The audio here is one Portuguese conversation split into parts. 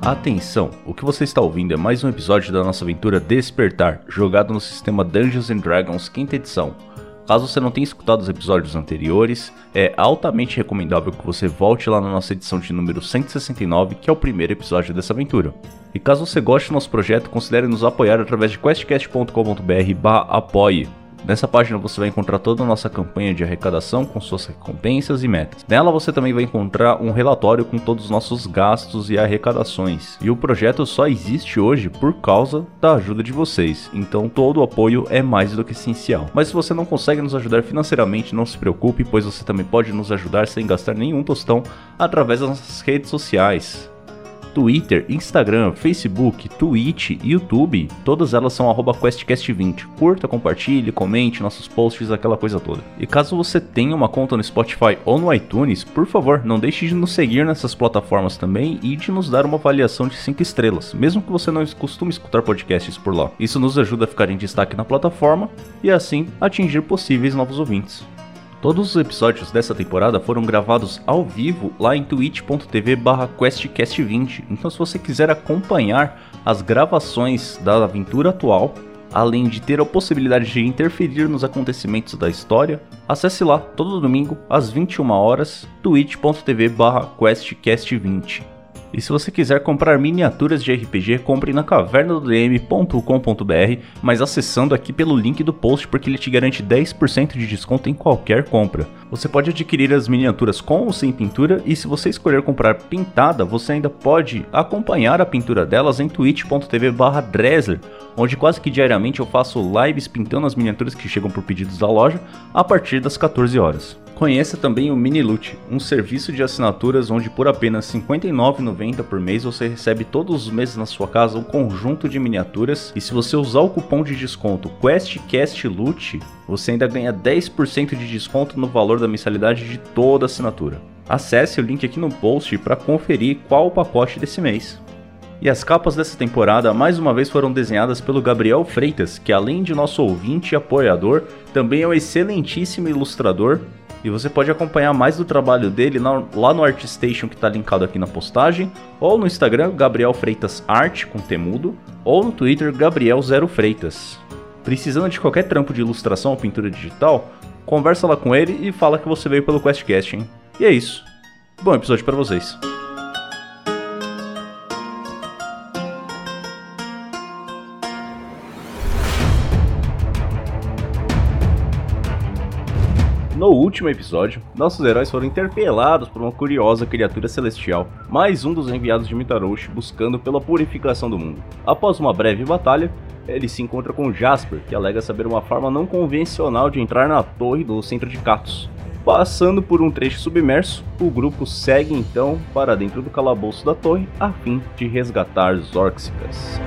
Atenção, o que você está ouvindo é mais um episódio da nossa aventura Despertar, jogado no sistema Dungeons & Dragons 5ª edição. Caso você não tenha escutado os episódios anteriores, é altamente recomendável que você volte lá na nossa edição de número 169, que é o primeiro episódio dessa aventura. E caso você goste do nosso projeto, considere nos apoiar através de questcast.com.br/apoie. Nessa página você vai encontrar toda a nossa campanha de arrecadação com suas recompensas e metas. Nela você também vai encontrar um relatório com todos os nossos gastos e arrecadações. E o projeto só existe hoje por causa da ajuda de vocês, então todo o apoio é mais do que essencial. Mas se você não consegue nos ajudar financeiramente, não se preocupe, pois você também pode nos ajudar sem gastar nenhum tostão através das nossas redes sociais. Twitter, Instagram, Facebook, Twitch, YouTube, todas elas são @QuestCast20. Curta, compartilhe, comente nossos posts, aquela coisa toda. E caso você tenha uma conta no Spotify ou no iTunes, por favor, não deixe de nos seguir nessas plataformas também e de nos dar uma avaliação de 5 estrelas, mesmo que você não costume escutar podcasts por lá. Isso nos ajuda a ficar em destaque na plataforma e assim atingir possíveis novos ouvintes. Todos os episódios dessa temporada foram gravados ao vivo lá em twitch.tv/QuestCast20. Então se você quiser acompanhar as gravações da aventura atual, além de ter a possibilidade de interferir nos acontecimentos da história, acesse lá todo domingo às 21 horas, twitch.tv/QuestCast20. E se você quiser comprar miniaturas de RPG, compre na cavernadodm.com.br, mas acessando aqui pelo link do post, porque ele te garante 10% de desconto em qualquer compra. Você pode adquirir as miniaturas com ou sem pintura, e se você escolher comprar pintada, você ainda pode acompanhar a pintura delas em twitch.tv/Dresler, onde quase que diariamente eu faço lives pintando as miniaturas que chegam por pedidos da loja a partir das 14 horas. Conheça também o Miniloot, um serviço de assinaturas onde por apenas R$ 59,90 por mês você recebe todos os meses na sua casa um conjunto de miniaturas, e se você usar o cupom de desconto QuestCastLoot, você ainda ganha 10% de desconto no valor da mensalidade de toda a assinatura. Acesse o link aqui no post para conferir qual o pacote desse mês. E as capas dessa temporada mais uma vez foram desenhadas pelo Gabriel Freitas, que além de nosso ouvinte e apoiador, também é um excelentíssimo ilustrador. E você pode acompanhar mais do trabalho dele lá no ArtStation, que está linkado aqui na postagem, ou no Instagram, Gabriel Freitas Art, com temudo, ou no Twitter, Gabriel0Freitas. Precisando de qualquer trampo de ilustração ou pintura digital, conversa lá com ele e fala que você veio pelo QuestCast, hein? E é isso. Bom episódio para vocês. No último episódio, nossos heróis foram interpelados por uma curiosa criatura celestial, mais um dos enviados de Mitaroshi buscando pela purificação do mundo. Após uma breve batalha, ele se encontra com Jasper, que alega saber uma forma não convencional de entrar na torre do centro de Katos. Passando por um trecho submerso, o grupo segue então para dentro do calabouço da torre a fim de resgatar Zorxikas.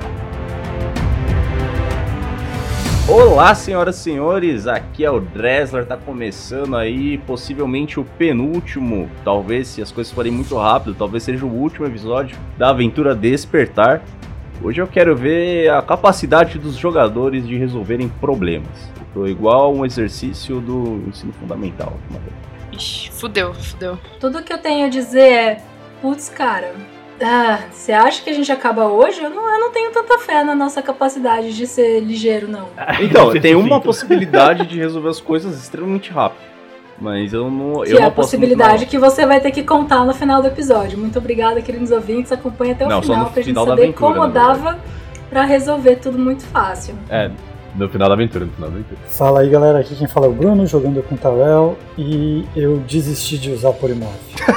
Olá, senhoras e senhores, aqui é o Dresler, tá começando aí possivelmente o penúltimo, talvez se as coisas forem muito rápido, talvez seja o último episódio da aventura Despertar. Hoje eu quero ver a capacidade dos jogadores de resolverem problemas. Eu tô igual um exercício do ensino fundamental. Ixi, fudeu. Tudo que eu tenho a dizer é, putz, cara... você acha que a gente acaba hoje? Eu não tenho tanta fé na nossa capacidade de ser ligeiro, não. Então, tem uma possibilidade de resolver as coisas extremamente rápido. Mas eu não é a possibilidade que você vai ter que contar no final do episódio. Muito obrigada, queridos ouvintes. Acompanhe até o final pra gente saber aventura, como dava pra resolver tudo muito fácil. No final da aventura. Fala aí, galera. Aqui quem fala é o Bruno, jogando com o Tarel. E eu desisti de usar Porimorph.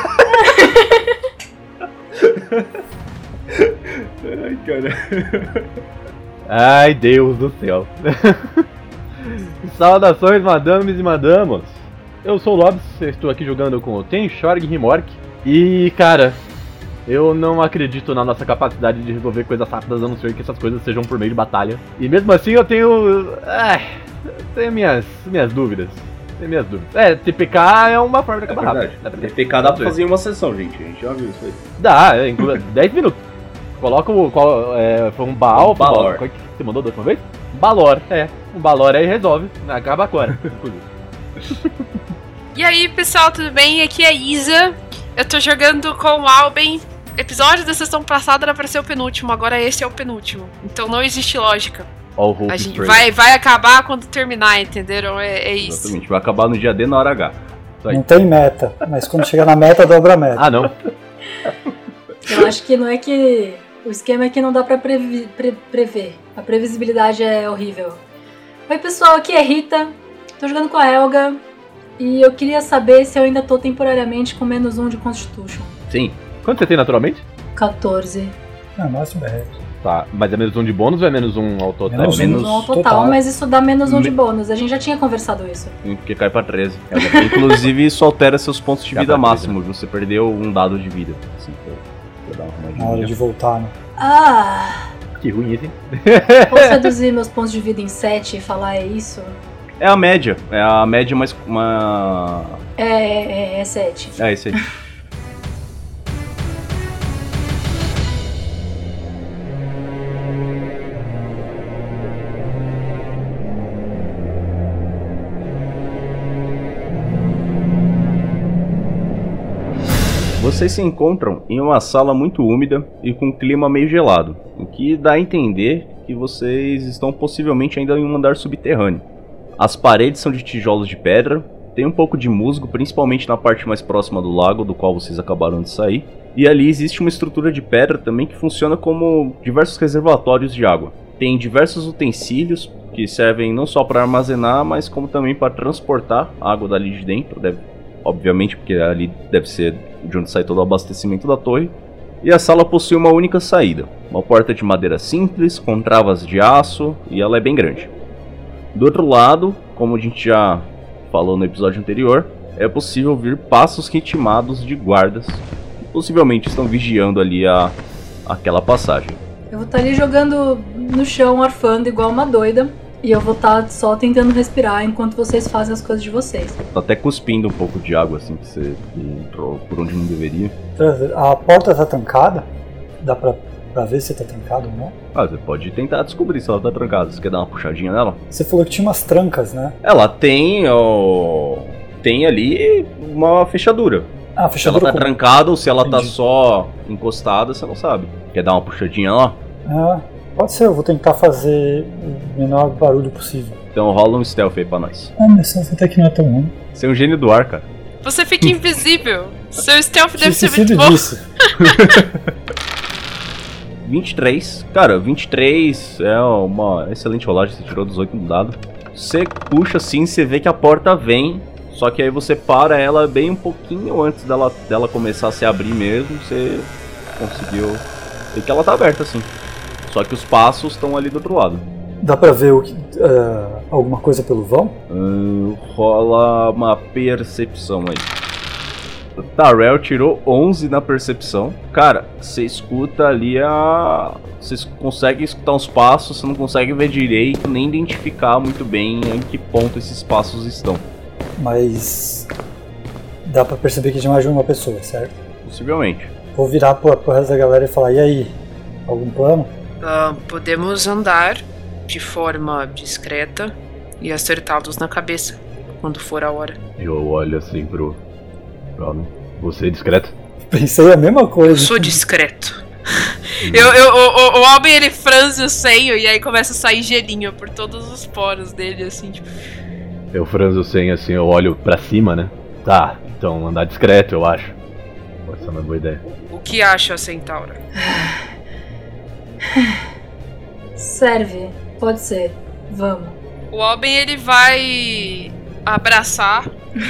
Ai, cara. Ai, Deus do céu. Saudações, madames e madamos. Eu sou o Lobs, estou aqui jogando com o Tenshorg Rimork. E, cara, eu não acredito na nossa capacidade de resolver coisas rápidas, a não ser que essas coisas sejam por meio de batalha. E mesmo assim eu tenho... tenho minhas dúvidas. TPK é uma forma de acabar rápido. TPK dá pra fazer em uma sessão, gente. A gente já viu isso aí. Dá, inclui 10 minutos. Coloca foi um Baal. Balor. Qual que você mandou da última vez? Balor, um Balor aí resolve. Acaba agora. E aí, pessoal, tudo bem? Aqui é a Isa. Eu tô jogando com o Alben. episódio da sessão passada era pra ser o penúltimo, agora esse é o penúltimo. Então não existe lógica. A gente vai acabar quando terminar, entenderam? É isso. Exatamente, vai acabar no dia D na hora H. Não tem meta, mas quando chegar na meta, dobra a meta. Ah, não. Eu acho que não é que... O esquema é que não dá pra prever. A previsibilidade é horrível. Oi pessoal, aqui é Rita. Tô jogando com a Helga. E eu queria saber se eu ainda tô temporariamente com -1 de Constitution. Sim. Quanto você tem naturalmente? 14. Ah, máximo é. Tá, mas é -1 de bônus ou é -1 ao total? Menos 1 ao total, mas isso dá -1 de bônus. A gente já tinha conversado isso. Porque cai pra 13. Inclusive, isso altera seus pontos de vida máximo. Você perdeu um dado de vida. Assim, pra dar uma na hora de voltar, né? Ah! Que ruim, hein? Posso reduzir meus pontos de vida em 7 e falar é isso? É a média. É a média mais uma... É 7. É isso aí. Vocês se encontram em uma sala muito úmida e com um clima meio gelado, o que dá a entender que vocês estão possivelmente ainda em um andar subterrâneo. As paredes são de tijolos de pedra, tem um pouco de musgo, principalmente na parte mais próxima do lago, do qual vocês acabaram de sair, e ali existe uma estrutura de pedra também que funciona como diversos reservatórios de água. Tem diversos utensílios que servem não só para armazenar, mas como também para transportar a água dali de dentro, obviamente, porque ali deve ser de onde sai todo o abastecimento da torre. E a sala possui uma única saída, uma porta de madeira simples, com travas de aço, e ela é bem grande. Do outro lado, como a gente já falou no episódio anterior, é possível ouvir passos ritmados de guardas, que possivelmente estão vigiando ali aquela passagem. Eu vou estar ali jogando no chão, arfando igual uma doida. E eu vou estar só tentando respirar enquanto vocês fazem as coisas de vocês. Tá até cuspindo um pouco de água, assim, que você entrou por onde não deveria. A porta tá trancada? Dá pra ver se tá trancada ou não? Ah, você pode tentar descobrir se ela tá trancada. Você quer dar uma puxadinha nela? Você falou que tinha umas trancas, né? Ela tem ali uma fechadura. Ah, fechadura. Se ela tá trancada ou se ela Entendi. tá só encostada, você não sabe. Quer dar uma puxadinha lá? Ah, pode ser, eu vou tentar fazer o menor barulho possível. Então rola um stealth aí pra nós. Ah, mas essa até que não é tão ruim. Você é um gênio do ar, cara. Você fica invisível. Seu stealth deve ser Esquecido muito bom. disso. 23. Cara, 23 é uma excelente rolagem. Você tirou 18 no dado. Você puxa assim, você vê que a porta vem. Só que aí você para ela bem um pouquinho antes dela começar a se abrir mesmo. Você conseguiu ver que ela tá aberta assim. Só que os passos estão ali do outro lado. Dá pra ver alguma coisa pelo vão? Rola uma percepção aí. O Tarell tirou 11 na percepção. Cara, você escuta ali Você consegue escutar uns passos, você não consegue ver direito, nem identificar muito bem em que ponto esses passos estão. Mas dá pra perceber que tinha mais de uma pessoa, certo? Possivelmente. Vou virar pro resto da galera e falar, e aí? Algum plano? Podemos andar de forma discreta e acertá-los na cabeça quando for a hora. Eu olho assim pro você é discreto? Pensei a mesma coisa. Eu sou discreto. O Albin, ele franze o senho e aí começa a sair gelinho por todos os poros dele, assim, tipo... Eu franzo o senho assim, eu olho pra cima, né? Tá, então andar discreto, eu acho. Pode ser uma boa ideia. O que acha, Centaura? Serve, pode ser. Vamos. O Albin, ele vai abraçar.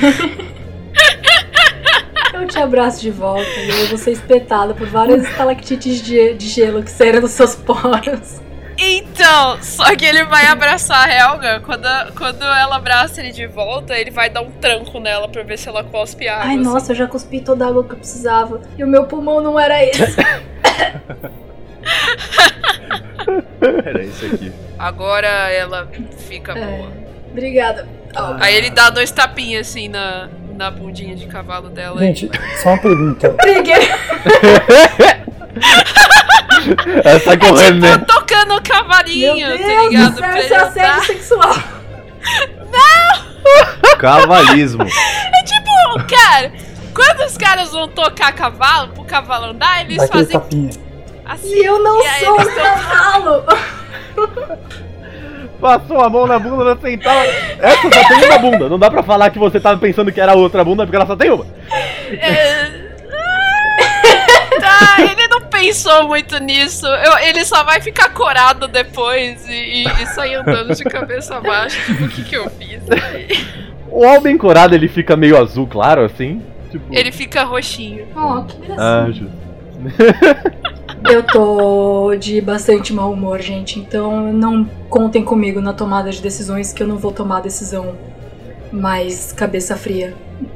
Eu te abraço de volta e eu vou ser espetada por várias estalactites de gelo que saíram dos seus poros. Então, só que ele vai abraçar a Helga. Quando ela abraça ele de volta, ele vai dar um tranco nela pra ver se ela cospe água. Ai, nossa, eu já cuspi toda a água que eu precisava. E o meu pulmão não era esse. Era isso aqui. Agora ela fica boa. Obrigada. Aí ele dá 2 tapinhas assim na bundinha de cavalo dela. Gente, só uma pergunta. Briguei. Ela tá correndo, né? Tocando o cavalinho, Meu tá Deus ligado? do céu, isso é assédio sexual. Cavalismo. É tipo, cara, Quando os caras vão tocar cavalo, pro cavalo andar, eles fazem tapinha. Assim. E eu não sou um cavalo! Passou a mão na bunda da Centaura. Essa só tem uma bunda. Não dá pra falar que você tava pensando que era outra bunda, porque ela só tem uma. Tá, ele não pensou muito nisso. Ele só vai ficar corado depois e sair andando de cabeça baixa. Tipo, o que eu fiz aqui? O Alben corado, ele fica meio azul claro, assim. Tipo... Ele fica roxinho. Oh, que engraçado. Ah, eu tô de bastante mau humor, gente. Então não contem comigo na tomada de decisões, que eu não vou tomar decisão mais cabeça fria.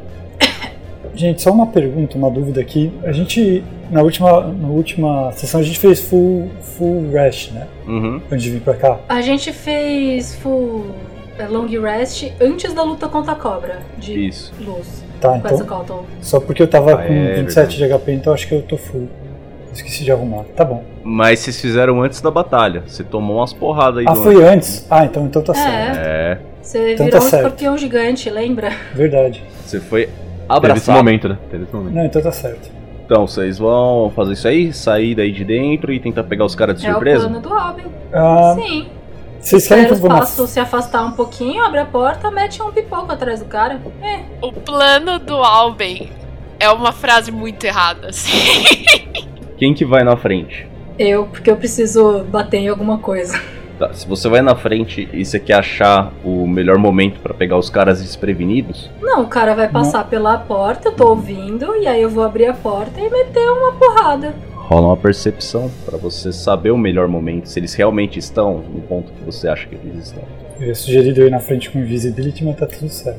Gente, só uma pergunta, uma dúvida aqui. A gente, na última sessão, a gente fez full rest, né? Uhum. Antes de vir pra cá. A gente fez full long rest antes da luta contra a cobra de Isso. luz. Tá, então. Só porque eu tava com 27 de HP, então acho que eu tô full. Esqueci de arrumar. Tá bom. Mas vocês fizeram antes da batalha. Você tomou umas porradas aí. Foi antes? Ah, então tá certo. É. Você então virou tá um certo. escorpião gigante, lembra? Verdade. Você foi abraçado. Teve esse momento, né? Teve esse momento. Não, então tá certo. Então, vocês vão fazer isso aí? Sair daí de dentro e tentar pegar os caras de surpresa? É o plano do Alben. Sim. Vocês querem que eu posso se afastar um pouquinho, abre a porta, mete um pipoco atrás do cara. O plano do Alben é uma frase muito errada, assim. Quem que vai na frente? Porque eu preciso bater em alguma coisa. Tá, se você vai na frente e você quer achar o melhor momento pra pegar os caras desprevenidos... Não, o cara vai passar pela porta, eu tô ouvindo, e aí eu vou abrir a porta e meter uma porrada. Rola uma percepção pra você saber o melhor momento, se eles realmente estão no ponto que você acha que eles estão. Eu ia sugerir eu ir na frente com Invisibility, mas tá tudo certo.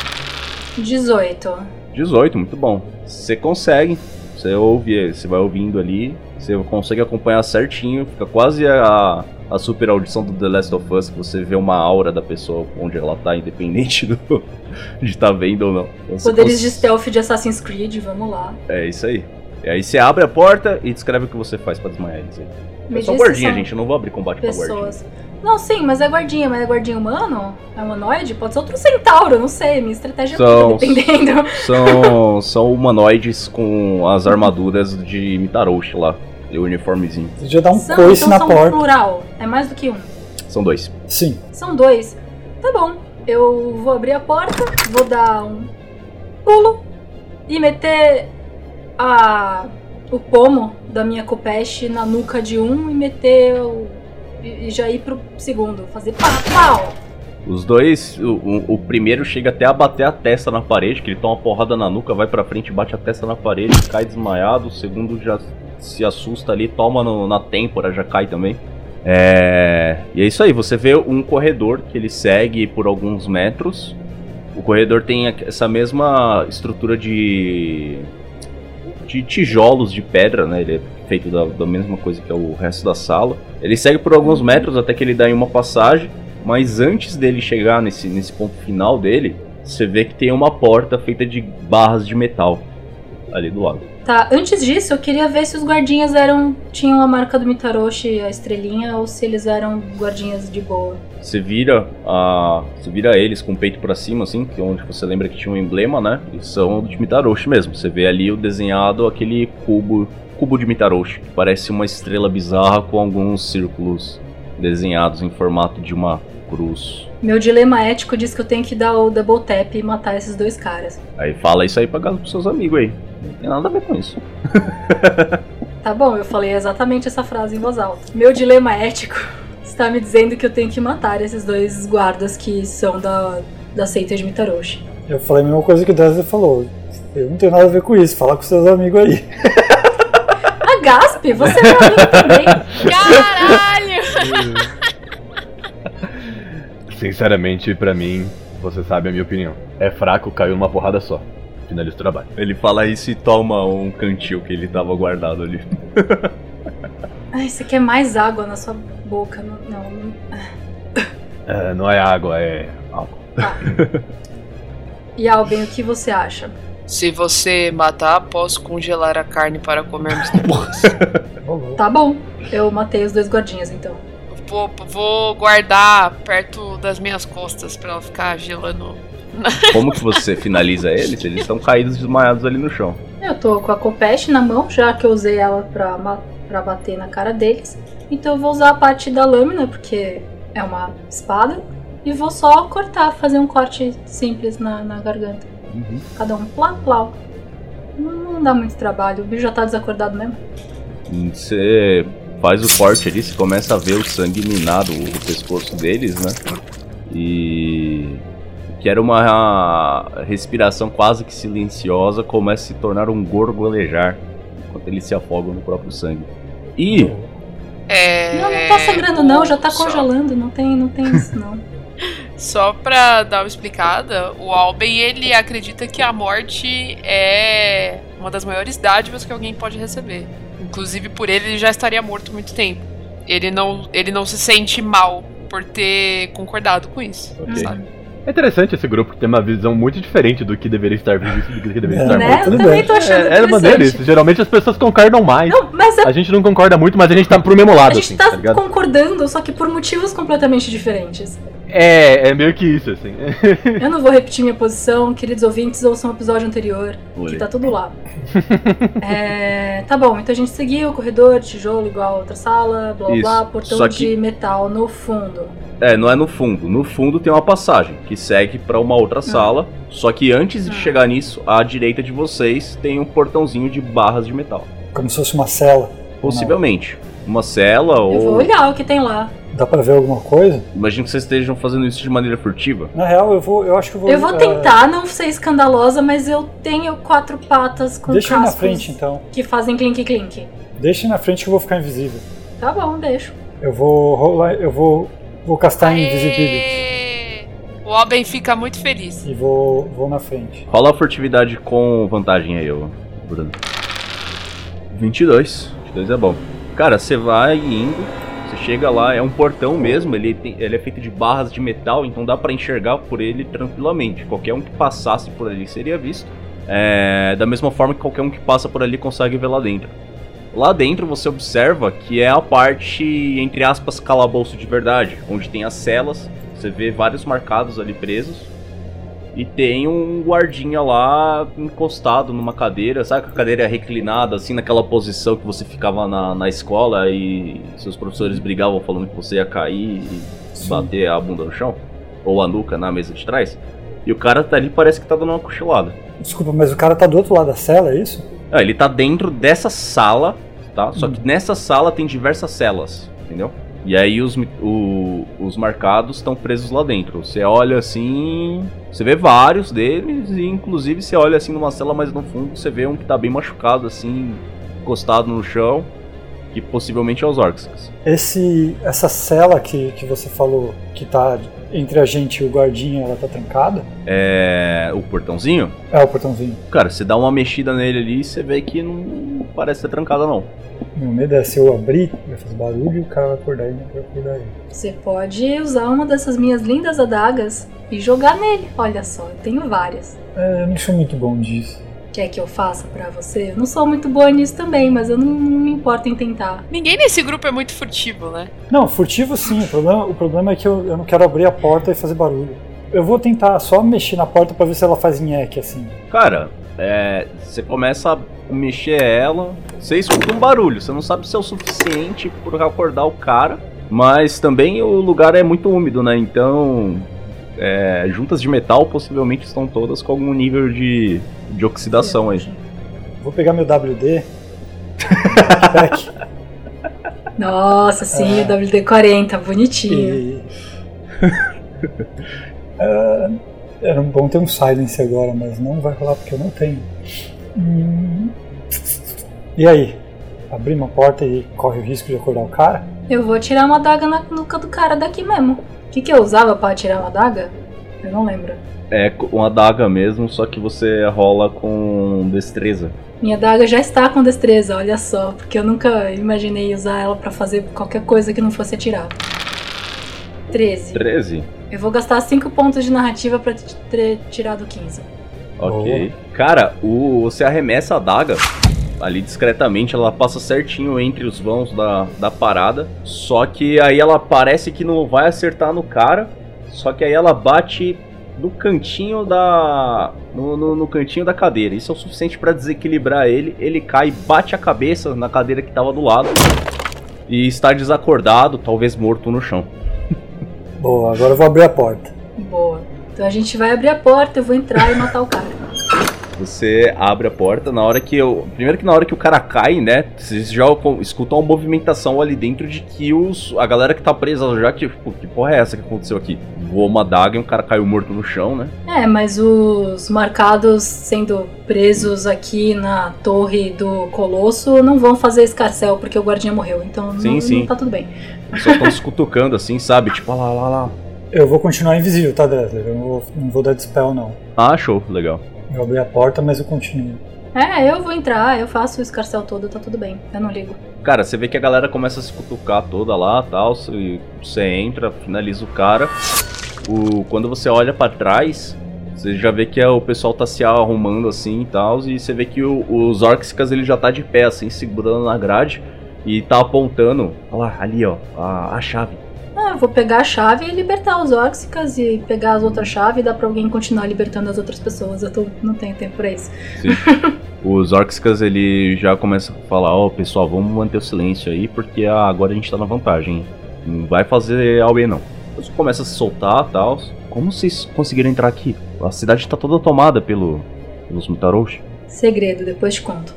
18. 18, muito bom. Você consegue, você vai ouvindo ali, você consegue acompanhar certinho, fica quase a super audição do The Last of Us, que você vê uma aura da pessoa onde ela tá, independente de estar vendo ou não. Então, poderes de stealth de Assassin's Creed, vamos lá. É isso aí. E aí você abre a porta e descreve o que você faz pra desmaiar eles aí. É só guardinha, gente, eu não vou abrir combate pra guardinha. Não, sim, mas é guardinha humano? É humanoide? Pode ser outro centauro, não sei, minha estratégia muda, dependendo. São humanoides com as armaduras de Mitaroshi lá, e o uniformezinho. Você já dá um coice na porta. Plural, é mais do que um. São 2. Sim. São 2. Tá bom, eu vou abrir a porta, vou dar um pulo e meter o pomo da minha Kopech na nuca de um e meter e já ir pro segundo, fazer pau! Os dois, o primeiro chega até a bater a testa na parede, que ele toma uma porrada na nuca, vai pra frente, bate a testa na parede, cai desmaiado. O segundo já se assusta ali, toma na têmpora, já cai também. E é isso aí, você vê um corredor que ele segue por alguns metros. O corredor tem essa mesma estrutura de tijolos de pedra, né? Ele é feito da mesma coisa que é o resto da sala. Ele segue por alguns metros até que ele dá em uma passagem, mas antes dele chegar nesse ponto final dele, você vê que tem uma porta feita de barras de metal ali do lado. Tá, antes disso eu queria ver se os guardinhas tinham a marca do Mitaroshi, a estrelinha, ou se eles eram guardinhas de boa. Você vira eles com o peito pra cima, assim, que é onde você lembra que tinha um emblema, né? E são de Mitaroshi mesmo. Você vê ali o desenhado, aquele cubo de Mitaroshi, que parece uma estrela bizarra com alguns círculos desenhados em formato de uma cruz. Meu dilema ético diz que eu tenho que dar o double tap e matar esses dois caras. Aí fala isso aí pros seus amigos aí. Não tem nada a ver com isso. Tá bom, eu falei exatamente essa frase em voz alta. Meu dilema ético está me dizendo que eu tenho que matar esses dois guardas que são da seita de Mitaroshi. Eu falei a mesma coisa que o Dresden falou. Eu não tenho nada a ver com isso, fala com seus amigos aí. A Gasp, você é meu amigo também. Caralho! Sinceramente, pra mim, você sabe a minha opinião. É fraco, caiu numa porrada só. Finaliza o trabalho. Ele fala isso e toma um cantil que ele tava guardado ali. Ai, você quer mais água na sua boca? Não. Não é água, é álcool. Tá. E Alben, o que você acha? Se você matar, posso congelar a carne para comermos depois. Tá bom, eu matei os dois guardinhas então. Vou guardar perto das minhas costas pra ela ficar gelando Como que você finaliza eles? Eles estão caídos, desmaiados ali no chão. Eu tô com a Kopech na mão, já que eu usei ela pra bater na cara deles. Então eu vou usar a parte da lâmina, porque é uma espada. E vou só cortar, fazer um corte simples na garganta. Cada um plau, plau. Não dá muito trabalho, o bicho já tá desacordado mesmo. Você faz o corte ali, você começa a ver o sangue minado o pescoço deles, né? E que era uma respiração quase que silenciosa, começa a se tornar um gorgolejar enquanto eles se afogam no próprio sangue. E Não tá sangrando não, já tá congelando, não tem isso não. Só pra dar uma explicada, o Alben, ele acredita que a morte é uma das maiores dádivas que alguém pode receber. Inclusive, por ele já estaria morto há muito tempo. Ele não se sente mal por ter concordado com isso, sabe? É interessante esse grupo que tem uma visão muito diferente do que deveria estar vivo e do que deveria estar Né? morto. Eu também tô achando É maneiro isso. Geralmente as pessoas concordam mais. Não, mas A gente não concorda muito, mas a gente tá pro mesmo a lado, gente assim, tá tá ligado? concordando, só que por motivos completamente diferentes. É meio que isso, assim. Eu não vou repetir minha posição, queridos ouvintes, ouçam o episódio anterior, Olê. que tá tudo lá. Tá bom, então a gente seguiu o corredor, tijolo igual a outra sala, blá blá Isso, blá, portão só que- de metal no fundo. não é no fundo. No fundo tem uma passagem que segue pra uma outra sala. Só que antes de chegar nisso, à direita de vocês tem um portãozinho de barras de metal. Como se fosse uma cela. Possivelmente. Uma cela Eu vou ou... olhar o que tem lá. Dá pra ver alguma coisa? Imagino que vocês estejam fazendo isso de maneira furtiva. Na real, eu acho que eu vou... Eu vou tentar não ser escandalosa, mas eu tenho 4 patas com Deixa eu ir na cascos frente, então. que fazem clink-clink. Deixa eu ir na frente que eu vou ficar invisível. Tá bom, deixo. Eu vou rolar... Eu vou castar Invisibility. Aê! O Alben fica muito feliz. E vou na frente. Rola a furtividade com vantagem aí, ô Bruno. 22. 22 é bom. Cara, você vai indo, você chega lá, é um portão mesmo, ele é feito de barras de metal, então dá pra enxergar por ele tranquilamente. Qualquer um que passasse por ali seria visto. Da mesma forma que qualquer um que passa por ali consegue ver lá dentro. Lá dentro você observa que é a parte, entre aspas, calabouço de verdade, onde tem as celas, você vê vários marcados ali presos. E tem um guardinha lá encostado numa cadeira, sabe que a cadeira é reclinada, assim, naquela posição que você ficava na escola e seus professores brigavam falando que você ia cair e bater a bunda no chão? Ou a nuca na mesa de trás? E o cara tá ali, parece que tá dando uma cochilada. Desculpa, mas o cara tá do outro lado da cela, é isso? Ele tá dentro dessa sala, tá? Só que nessa sala tem diversas celas, entendeu? E aí os marcados estão presos lá dentro. Você olha assim, você vê vários deles e inclusive você olha assim numa cela mais no fundo, você vê um que tá bem machucado assim, encostado no chão, que possivelmente é os orcs. Essa cela que você falou que tá entre a gente e o guardinha, ela tá trancada? O portãozinho? É o portãozinho. Cara, você dá uma mexida nele ali e você vê que não parece ser trancada não. Meu medo é se eu abrir, vai fazer barulho e o cara vai acordar e não vai acordar ele. Você pode usar uma dessas minhas lindas adagas e jogar nele. Olha só, eu tenho várias. Eu não sou muito bom disso. Quer que eu faça pra você? Eu não sou muito boa nisso também, mas eu não me importo em tentar. Ninguém nesse grupo é muito furtivo, né? Não, furtivo sim, o problema é que eu não quero abrir a porta e fazer barulho. Eu vou tentar só mexer na porta pra ver se ela faz nheque, assim. Cara, você começa a mexer ela, você escuta um barulho, você não sabe se é o suficiente por acordar o cara, mas também o lugar é muito úmido, né? Então, juntas de metal possivelmente estão todas com algum nível de oxidação aí. Vou pegar meu WD. Pack, Nossa, sim, o WD-40, bonitinho. e... Era bom ter um silence agora, mas não vai rolar porque eu não tenho. E aí? Abrir uma porta e corre o risco de acordar o cara? Eu vou tirar uma adaga na nuca do cara daqui mesmo. O que eu usava pra tirar uma adaga? Eu não lembro. É uma adaga mesmo, só que você rola com destreza. Minha adaga já está com destreza, olha só. Porque eu nunca imaginei usar ela pra fazer qualquer coisa que não fosse atirar. 13. 13? Eu vou gastar 5 pontos de narrativa pra ter tirado 15. Ok. Cara, você arremessa a adaga ali discretamente, ela passa certinho entre os vãos da parada. Só que aí ela parece que não vai acertar no cara. Só que aí ela bate no cantinho da... No cantinho da cadeira. Isso é o suficiente pra desequilibrar ele. Ele cai, bate a cabeça na cadeira que tava do lado. E está desacordado, talvez morto no chão. Boa, agora eu vou abrir a porta. Boa. Então a gente vai abrir a porta, eu vou entrar e matar o cara. Você abre a porta, primeiro que na hora que o cara cai, né, vocês já escutam uma movimentação ali dentro de que a galera que tá presa já, tipo, que porra é essa que aconteceu aqui? Voou uma daga e um cara caiu morto no chão, né? Mas os marcados sendo presos aqui na torre do Colosso não vão fazer escarcel porque o guardinha morreu, então sim. Não tá tudo bem. Só estão se cutucando assim, sabe? Tipo, lá. Eu vou continuar invisível, tá, Dressler? Eu não vou dar dispel, não. Ah, show, legal. Eu abri a porta, mas eu continuo. Eu vou entrar, eu faço o escarcel todo, tá tudo bem, eu não ligo. Cara, você vê que a galera começa a se cutucar toda lá e tal, você entra, finaliza o cara. Quando você olha pra trás, você já vê que o pessoal tá se arrumando assim e tal, e você vê que os Orcsicas ele já tá de pé assim, segurando na grade e tá apontando, olha lá, ali ó, a chave. Eu vou pegar a chave e libertar os Orcsicas e pegar as outras chaves e dar pra alguém continuar libertando as outras pessoas. Não tenho tempo pra isso. Sim. Os Orcsicas, ele já começa a falar, pessoal, vamos manter o silêncio aí, porque agora a gente tá na vantagem. Não vai fazer AOE não. Eles começam a se soltar e tal. Como vocês conseguiram entrar aqui? A cidade tá toda tomada pelos Mutaroushi. Segredo, depois te conto.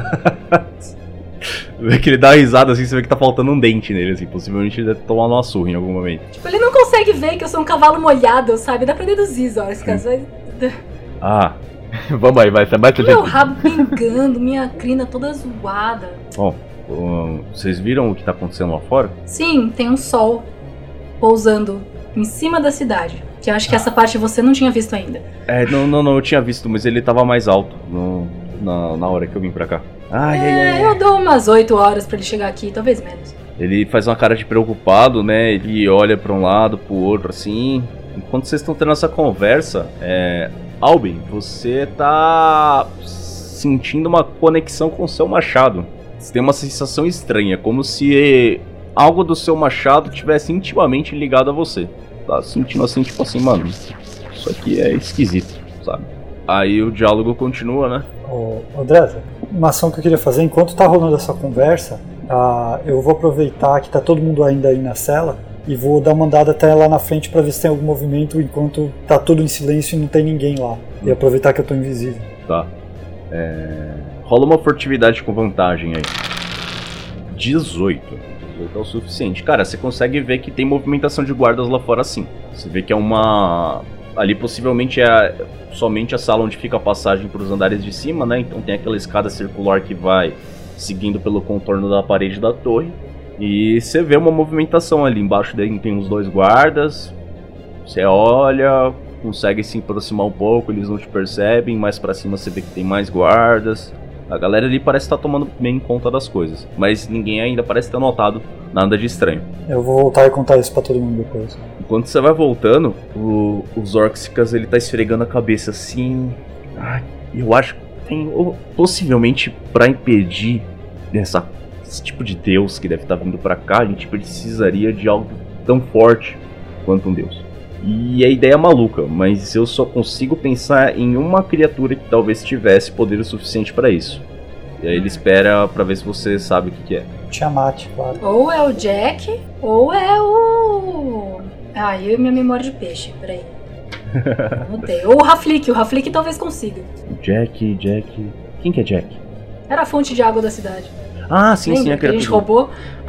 Vê que ele dá uma risada assim, você vê que tá faltando um dente nele, assim. Possivelmente ele deve tomar uma surra em algum momento. Tipo, ele não consegue ver que eu sou um cavalo molhado, sabe? Dá pra deduzir, Orcsicas. Ah, vamos aí, vai ser mais meu rabo pingando, minha crina toda zoada. Bom, vocês viram o que tá acontecendo lá fora? Sim, tem um sol pousando em cima da cidade. Que eu acho que essa parte você não tinha visto ainda. Não, eu tinha visto, mas ele tava mais alto na hora que eu vim pra cá. Eu dou umas 8 horas pra ele chegar aqui, talvez menos. Ele faz uma cara de preocupado, né? Ele olha pra um lado, pro outro, assim. Enquanto vocês estão tendo essa conversa, Albin, você tá sentindo uma conexão com o seu machado. Você tem uma sensação estranha, como se algo do seu machado tivesse intimamente ligado a você. Tá sentindo assim, tipo assim, mano, isso aqui é esquisito, sabe? Aí o diálogo continua, né? Ô Dressler, uma ação que eu queria fazer, enquanto tá rolando essa conversa, eu vou aproveitar que tá todo mundo ainda aí na cela e vou dar uma andada até lá na frente pra ver se tem algum movimento enquanto tá tudo em silêncio e não tem ninguém lá. E aproveitar que eu tô invisível. Tá. Rola uma furtividade com vantagem aí. 18 é o suficiente. Cara, você consegue ver que tem movimentação de guardas lá fora sim. Você vê que é uma... Ali possivelmente é somente a sala onde fica a passagem para os andares de cima, né? Então tem aquela escada circular que vai seguindo pelo contorno da parede da torre. E você vê uma movimentação ali. Embaixo dele tem uns 2 guardas. Você olha, consegue se aproximar um pouco, eles não te percebem. Mais pra cima você vê que tem mais guardas. A galera ali parece estar tomando bem conta das coisas, mas ninguém ainda parece ter notado nada de estranho. Eu vou voltar e contar isso pra todo mundo depois. Enquanto você vai voltando, os Orcsicas, ele tá esfregando a cabeça assim. Eu acho que tem, possivelmente pra impedir esse tipo de deus que deve estar vindo pra cá, a gente precisaria de algo tão forte quanto um deus. E a ideia é maluca, mas eu só consigo pensar em uma criatura que talvez tivesse poder o suficiente pra isso. E aí ele espera pra ver se você sabe o que é. Tiamat, claro. Ou é o Jack, ou é o... eu e minha memória de peixe, peraí. Anotei. Ou o Raflik talvez consiga. Jack... Quem que é Jack? Era a fonte de água da cidade. Ah, sim, sim, a criatura. A gente roubou.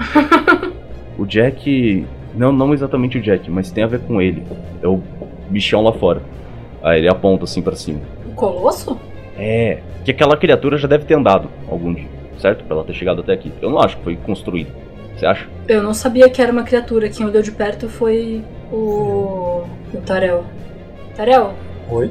O Jack... Não exatamente o Jack, mas tem a ver com ele. É o bichão lá fora. Aí ele aponta assim pra cima. O Colosso? Que aquela criatura já deve ter andado algum dia, certo? Pra ela ter chegado até aqui. Eu não acho que foi construído. Você acha? Eu não sabia que era uma criatura. Quem olhou de perto foi o Tarel. Tarel? Oi?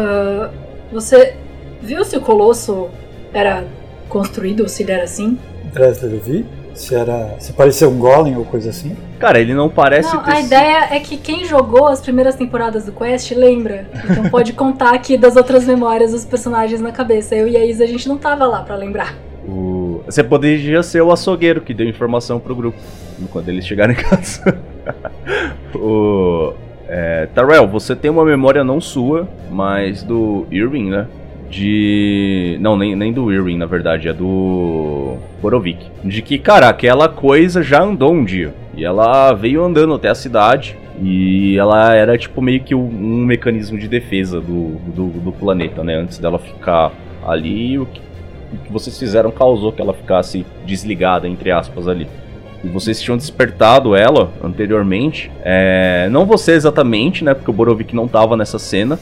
Você viu se o Colosso era construído ou se ele era assim? Dressler, eu vi. Se parecia um golem ou coisa assim. Cara, ele não parece ter... A ideia é que quem jogou as primeiras temporadas do Quest lembra. Então pode contar aqui das outras memórias dos personagens na cabeça. Eu e a Isa, a gente não tava lá pra lembrar. Você poderia ser o açougueiro que deu informação pro grupo quando eles chegaram em casa. Tyrell, você tem uma memória não sua, mas do Irwin, né? Não, nem do Irwin, na verdade, é do Borovic. De que, cara, aquela coisa já andou um dia. E ela veio andando até a cidade. E ela era tipo meio que um mecanismo de defesa do planeta, né? Antes dela ficar ali, o que vocês fizeram causou que ela ficasse desligada, entre aspas, ali. E vocês tinham despertado ela anteriormente. Não você exatamente, né? Porque o Borovic não tava nessa cena.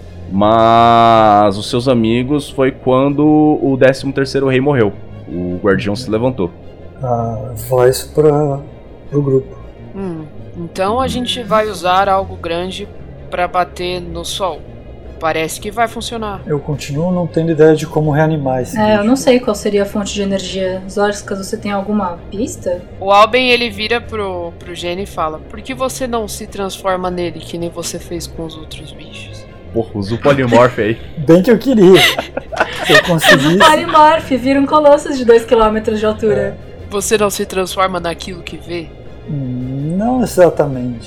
Mas os seus amigos foi quando o 13º rei morreu. O guardião se levantou. Vai isso pro grupo. Então a gente vai usar algo grande pra bater no sol. Parece que vai funcionar. Eu continuo não tendo ideia de como reanimar esse bicho. Eu não sei qual seria a fonte de energia. Zorska, você tem alguma pista? O Alben, ele vira pro Gene e fala: por que você não se transforma nele, que nem você fez com os outros bichos? Porra, usa o Polymorph aí. Bem que eu queria. Se eu conseguisse. O Polymorph vira um colossus de 2 km de altura. Você não se transforma naquilo que vê? Não exatamente.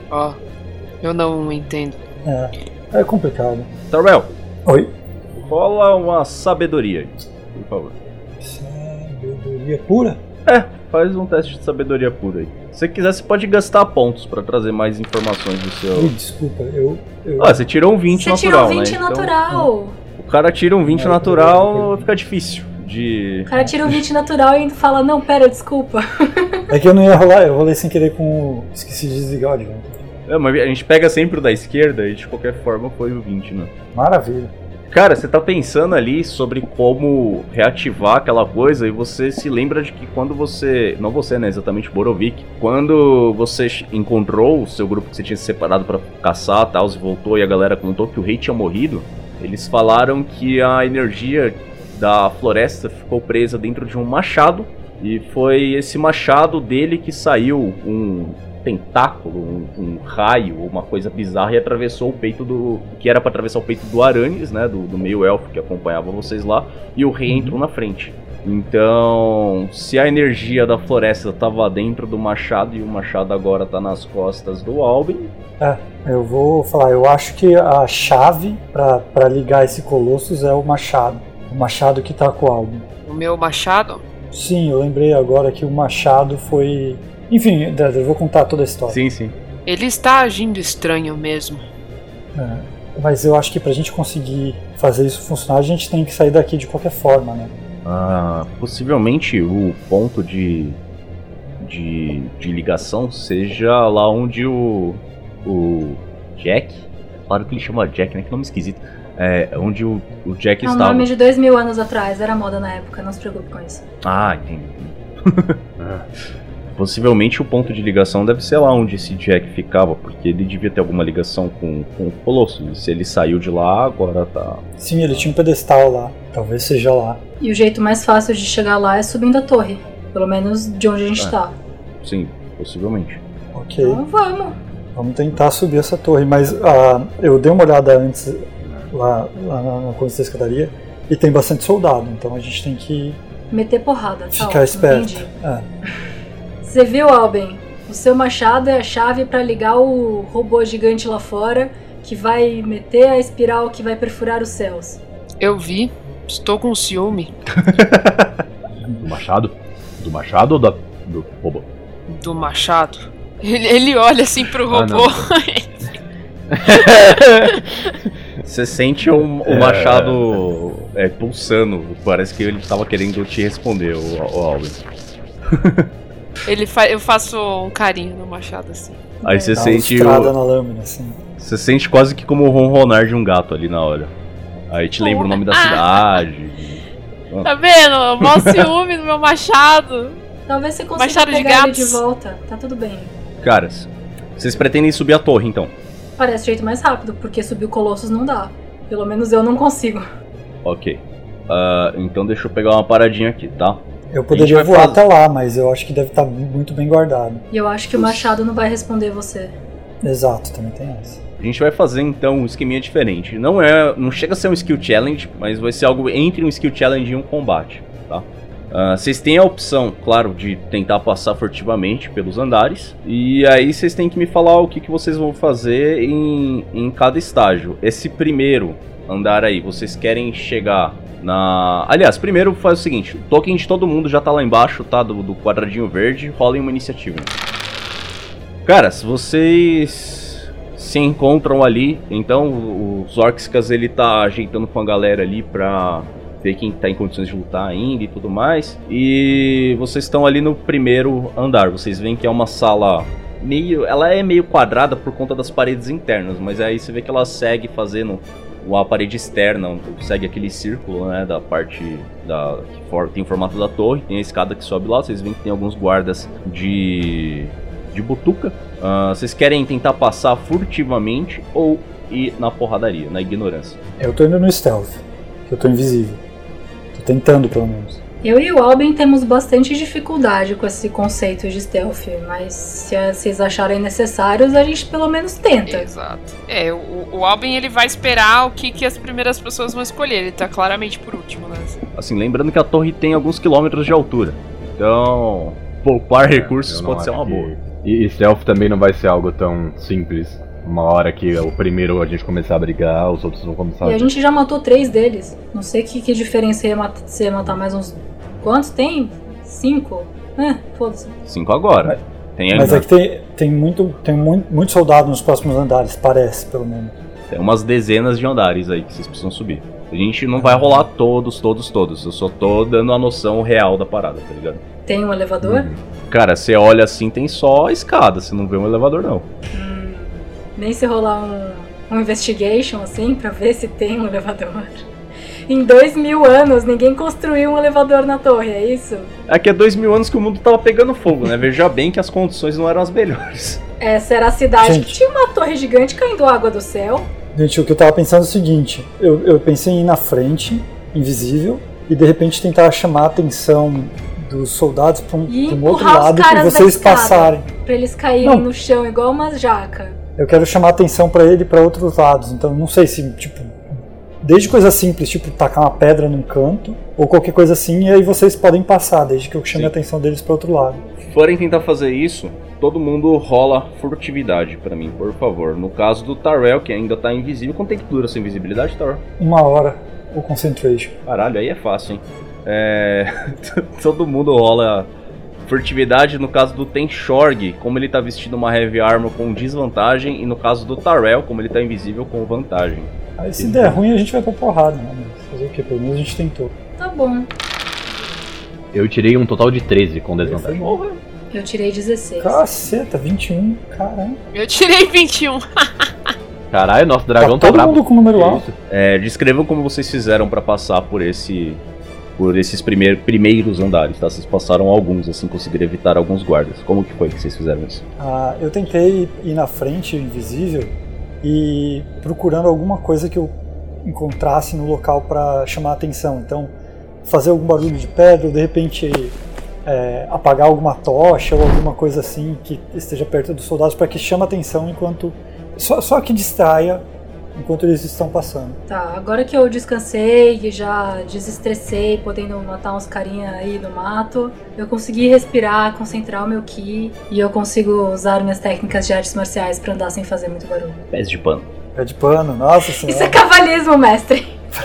Eu não entendo. É complicado. Tyrell. Oi? Rola uma sabedoria aí, por favor. Sabedoria pura? Faz um teste de sabedoria pura aí. Se você quiser, você pode gastar pontos pra trazer mais informações do seu... Desculpa, eu... você tirou um 20 natural, né? Você tirou um 20 natural. Então, o cara tira um 20 natural, fica difícil de... O cara tira um 20 natural e fala, não, pera, desculpa. É que eu não ia rolar, eu rolei sem querer com... Esqueci de desligar o advento. Mas a gente pega sempre o da esquerda e de qualquer forma foi o 20, né? Maravilha. Cara, você tá pensando ali sobre como reativar aquela coisa e você se lembra de que quando você... Não você, né? Exatamente, Borovic. Quando você encontrou o seu grupo que você tinha se separado pra caçar e tal, e voltou e a galera contou que o rei tinha morrido, eles falaram que a energia da floresta ficou presa dentro de um machado e foi esse machado dele que saiu um tentáculo, um raio, uma coisa bizarra e atravessou o peito do... que era pra atravessar o peito do Aranis, né, do meio-elfo que acompanhava vocês lá, e o rei entrou na frente. Então, se a energia da floresta tava dentro do machado e o machado agora tá nas costas do Alben... eu vou falar, eu acho que a chave pra ligar esse Colossus é o machado que tá com o Alben. O meu machado? Sim, eu lembrei agora que o machado foi... Enfim, eu vou contar toda a história. Sim. Ele está agindo estranho mesmo. Mas eu acho que pra gente conseguir fazer isso funcionar, a gente tem que sair daqui de qualquer forma, né? Possivelmente o ponto de ligação seja lá onde o Jack... Claro que ele chama Jack, né? Que nome esquisito. Onde o Jack estava. É um nome de 2000 anos atrás, era moda na época, não se preocupe com isso. Entendi. Possivelmente o ponto de ligação deve ser lá onde esse Jack ficava, porque ele devia ter alguma ligação com o Colossus. E se ele saiu de lá, agora tá... Sim, ele tinha um pedestal lá, talvez seja lá. E o jeito mais fácil de chegar lá é subindo a torre, pelo menos de onde a gente tá. Sim, possivelmente. Ok. Então vamos. Vamos tentar subir essa torre, mas eu dei uma olhada antes lá na coisa da escadaria e tem bastante soldado, então a gente tem que... Meter porrada, ficar esperto. Entendi. Você viu, Alben? O seu machado é a chave pra ligar o robô gigante lá fora, que vai meter a espiral que vai perfurar os céus. Eu vi. Estou com ciúme. Do machado? Do machado ou do robô? Do machado. Ele olha assim pro robô. Você sente o machado pulsando. Parece que ele estava querendo te responder, o Alben. Eu faço um carinho no machado assim. Aí você sente na lâmina, assim. Você sente quase que como o ronronar de um gato ali na hora. Aí te lembra o nome da cidade. Tá vendo? Mó ciúme no meu machado. Talvez você consiga Machado de pegar ele gatos. de volta. Tá tudo bem. Caras, vocês pretendem subir a torre então? Parece o jeito mais rápido, porque subir o Colossus não dá. Pelo menos eu não consigo. Ok. Então deixa eu pegar uma paradinha aqui, tá? Eu poderia voar até lá, mas eu acho que deve estar muito bem guardado. E eu acho que o machado não vai responder você. Exato, também tem essa. A gente vai fazer então um esqueminha diferente. Não chega a ser um skill challenge, mas vai ser algo entre um skill challenge e um combate, tá? Vocês têm a opção, claro, de tentar passar furtivamente pelos andares. E aí vocês têm que me falar o que vocês vão fazer em cada estágio. Esse primeiro andar aí, vocês querem chegar na... Aliás, primeiro faz o seguinte, o token de todo mundo já tá lá embaixo, tá? Do quadradinho verde, rolem uma iniciativa. Cara, se vocês se encontram ali, então o Zorkskas ele tá ajeitando com a galera ali pra ver quem tá em condições de lutar ainda e tudo mais. E vocês estão ali no primeiro andar, vocês veem que é uma sala ela é meio quadrada por conta das paredes internas, mas aí você vê que ela segue fazendo a parede externa, segue aquele círculo, né, da parte que tem o formato da torre, tem a escada que sobe lá, vocês veem que tem alguns guardas de butuca. Vocês querem tentar passar furtivamente ou ir na porradaria, na ignorância? Eu tô indo no stealth, que eu tô invisível. Tô tentando, pelo menos. Eu e o Albin temos bastante dificuldade com esse conceito de stealth, mas se vocês acharem necessários, a gente pelo menos tenta. Exato. O Albin ele vai esperar o que as primeiras pessoas vão escolher, ele tá claramente por último, né? Assim, lembrando que a torre tem alguns quilômetros de altura, então poupar recursos pode ser uma boa. E stealth também não vai ser algo tão simples. Uma hora que o primeiro a gente começar a brigar, os outros vão começar E a gente já matou 3 deles. Não sei que diferença ia matar mais uns... Quantos tem? 5? Foda-se. 5 agora. Mas é que tem muito soldado nos próximos andares, parece, pelo menos. Tem umas dezenas de andares aí que vocês precisam subir. A gente não vai rolar todos. Eu só tô dando a noção real da parada, tá ligado? Tem um elevador? Cara, você olha assim, tem só a escada, você não vê um elevador não. Nem se rolar um investigation, assim, pra ver se tem um elevador. Em 2000 anos, ninguém construiu um elevador na torre, é isso? Aqui é 2000 anos que o mundo tava pegando fogo, né? Veja bem que as condições não eram as melhores. Essa era a cidade que tinha uma torre gigante caindo água do céu. Gente, o que eu tava pensando é o seguinte, eu pensei em ir na frente, invisível, e de repente tentar chamar a atenção dos soldados pra um outro lado e vocês passarem. Pra eles caírem no chão igual uma jaca. Eu quero chamar a atenção pra ele e pra outros lados, então não sei se, tipo, desde coisa simples, tipo tacar uma pedra num canto, ou qualquer coisa assim, e aí vocês podem passar, desde que eu chame a atenção deles pra outro lado. Se forem tentar fazer isso, todo mundo rola furtividade pra mim, por favor. No caso do Tyrell, que ainda tá invisível, quanto tempo dura essa invisibilidade, Tyrell? 1 hora, o concentration. Caralho, aí é fácil, hein? Todo mundo rola furtividade. No caso do Tenshorg, como ele tá vestindo uma heavy armor com desvantagem, e no caso do Tyrell, como ele tá invisível com vantagem. Aí se der ruim a gente vai pra porrada, né? Fazer o que? Pelo menos a gente tentou. Tá bom. Eu tirei um total de 13 com desvantagem. Eu tirei 16. Caceta, 21, caramba. Eu tirei 21. Caralho, nosso dragão tá todo bravo. mundo com número alto. Descrevam como vocês fizeram pra passar por esses primeiros andares, tá? Vocês passaram alguns, assim, conseguiram evitar alguns guardas. Como que foi que vocês fizeram isso? Eu tentei ir na frente, invisível, e procurando alguma coisa que eu encontrasse no local pra chamar a atenção. Então, fazer algum barulho de pedra, ou de repente apagar alguma tocha, ou alguma coisa assim que esteja perto dos soldados, para que chame a atenção enquanto... Só que distraia enquanto eles estão passando. Tá, agora que eu descansei e já desestressei, podendo matar uns carinha aí no mato, eu consegui respirar, concentrar o meu ki, e eu consigo usar minhas técnicas de artes marciais pra andar sem fazer muito barulho. Pés de pano. Pé de pano, nossa senhora. Isso é cavalismo, mestre.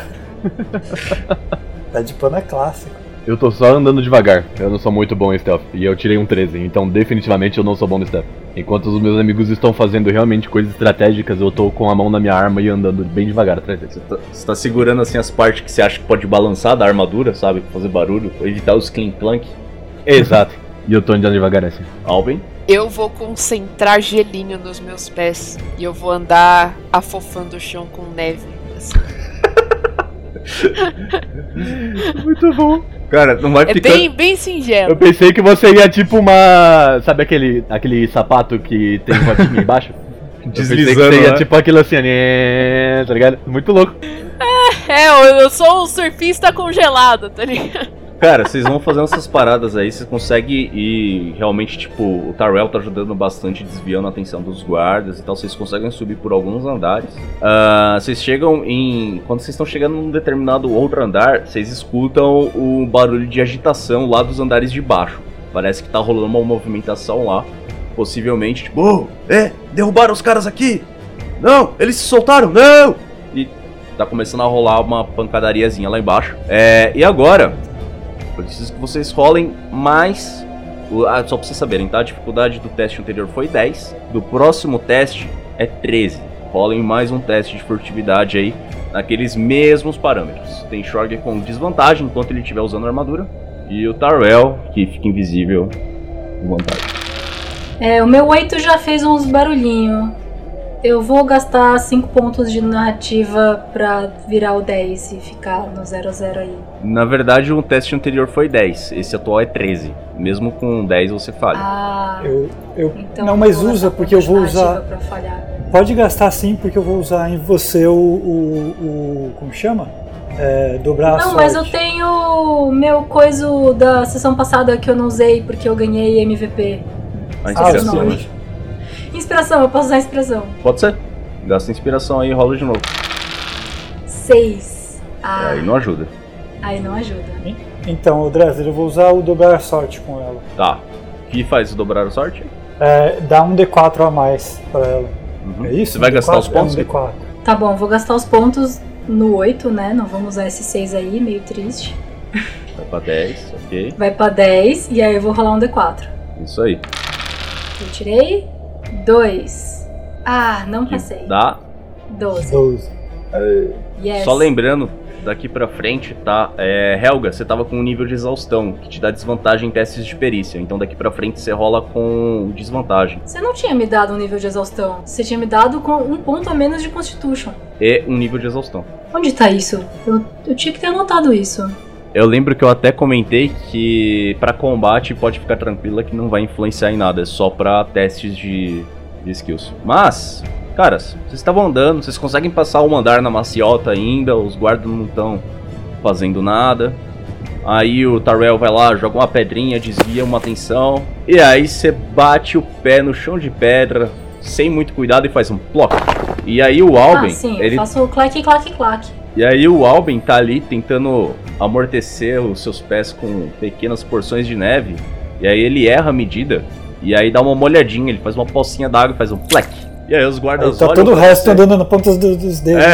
Pé de pano é clássico. Eu tô só andando devagar, eu não sou muito bom em stealth, e eu tirei um 13, então definitivamente eu não sou bom no stealth. Enquanto os meus amigos estão fazendo realmente coisas estratégicas, eu tô com a mão na minha arma e andando bem devagar atrás deles. Você tá segurando assim as partes que você acha que pode balançar da armadura, sabe? Pra fazer barulho, pra evitar os clink-clank. Exato, e eu tô andando devagar assim. Albin? Eu vou concentrar gelinho nos meus pés e eu vou andar afofando o chão com neve. Assim. Muito bom. Cara, não vai ficar... É bem singelo. Eu pensei que você ia tipo uma... Sabe aquele sapato que tem rodinha embaixo? Deslizando, eu pensei que você ia né? tipo aquilo assim, tá ligado? Muito louco. Eu sou um surfista congelado, tá ligado? Cara, vocês vão fazendo essas paradas aí, vocês conseguem ir realmente, tipo, o Tyrell tá ajudando bastante, desviando a atenção dos guardas e tal, vocês conseguem subir por alguns andares. Vocês chegam quando vocês estão chegando num determinado outro andar, vocês escutam o barulho de agitação lá dos andares de baixo. Parece que tá rolando uma movimentação lá, possivelmente, tipo, derrubaram os caras aqui! Não, eles se soltaram, não! E tá começando a rolar uma pancadariazinha lá embaixo. E agora, eu preciso que vocês rolem mais. Só pra vocês saberem, tá? A dificuldade do teste anterior foi 10. Do próximo teste é 13. Rolem mais um teste de furtividade aí, naqueles mesmos parâmetros. Tem Shorg com desvantagem enquanto ele estiver usando a armadura. E o Tyrell, que fica invisível, com vantagem. O meu 8 já fez uns barulhinhos. Eu vou gastar 5 pontos de narrativa pra virar o 10 e ficar no 0-0 aí. Na verdade, o teste anterior foi 10. Esse atual é 13. Mesmo com 10 você falha. Então não, mas usa, porque eu vou usar... Pra falhar. Pode gastar sim, porque eu vou usar em você como chama? Dobrar a sorte. Não, mas eu tenho meu coiso da sessão passada que eu não usei porque eu ganhei MVP. A inspiração. Inspiração, eu posso usar inspiração. Pode ser. Gasta inspiração aí e rola de novo. 6. Aí não ajuda. Aí não ajuda. Então, Dresler, eu vou usar o dobrar a sorte com ela. Tá. O que faz o dobrar a sorte? Dá um D4 a mais pra ela. Uhum. É isso? Você vai gastar os pontos? D4. Tá bom, vou gastar os pontos no 8, né? Não vamos usar esse 6 aí, meio triste. Vai pra 10, ok. Vai pra 10 e aí eu vou rolar um D4. Isso aí. Eu tirei 2. Não passei. Dá. 12. Yes. Só lembrando, daqui pra frente, tá? Helga, você tava com um nível de exaustão, que te dá desvantagem em testes de perícia. Então daqui pra frente você rola com desvantagem. Você não tinha me dado um nível de exaustão. Você tinha me dado com 1 ponto a menos de Constitution. E um nível de exaustão. Onde tá isso? Eu tinha que ter anotado isso. Eu lembro que eu até comentei que pra combate pode ficar tranquila que não vai influenciar em nada. É só pra testes de skills. Mas... caras, vocês estavam andando, vocês conseguem passar um andar na maciota ainda, os guardas não estão fazendo nada. Aí o Tyrell vai lá, joga uma pedrinha, desvia uma atenção. E aí você bate o pé no chão de pedra, sem muito cuidado, e faz um ploc. E aí o Alben... sim, eu faço o clac, clac, clac. E aí o Alben tá ali tentando amortecer os seus pés com pequenas porções de neve. E aí ele erra a medida, e aí dá uma molhadinha, ele faz uma pocinha d'água e faz um plec. E aí os guardas olham. Tá todo o resto andando na ponta dos dedos.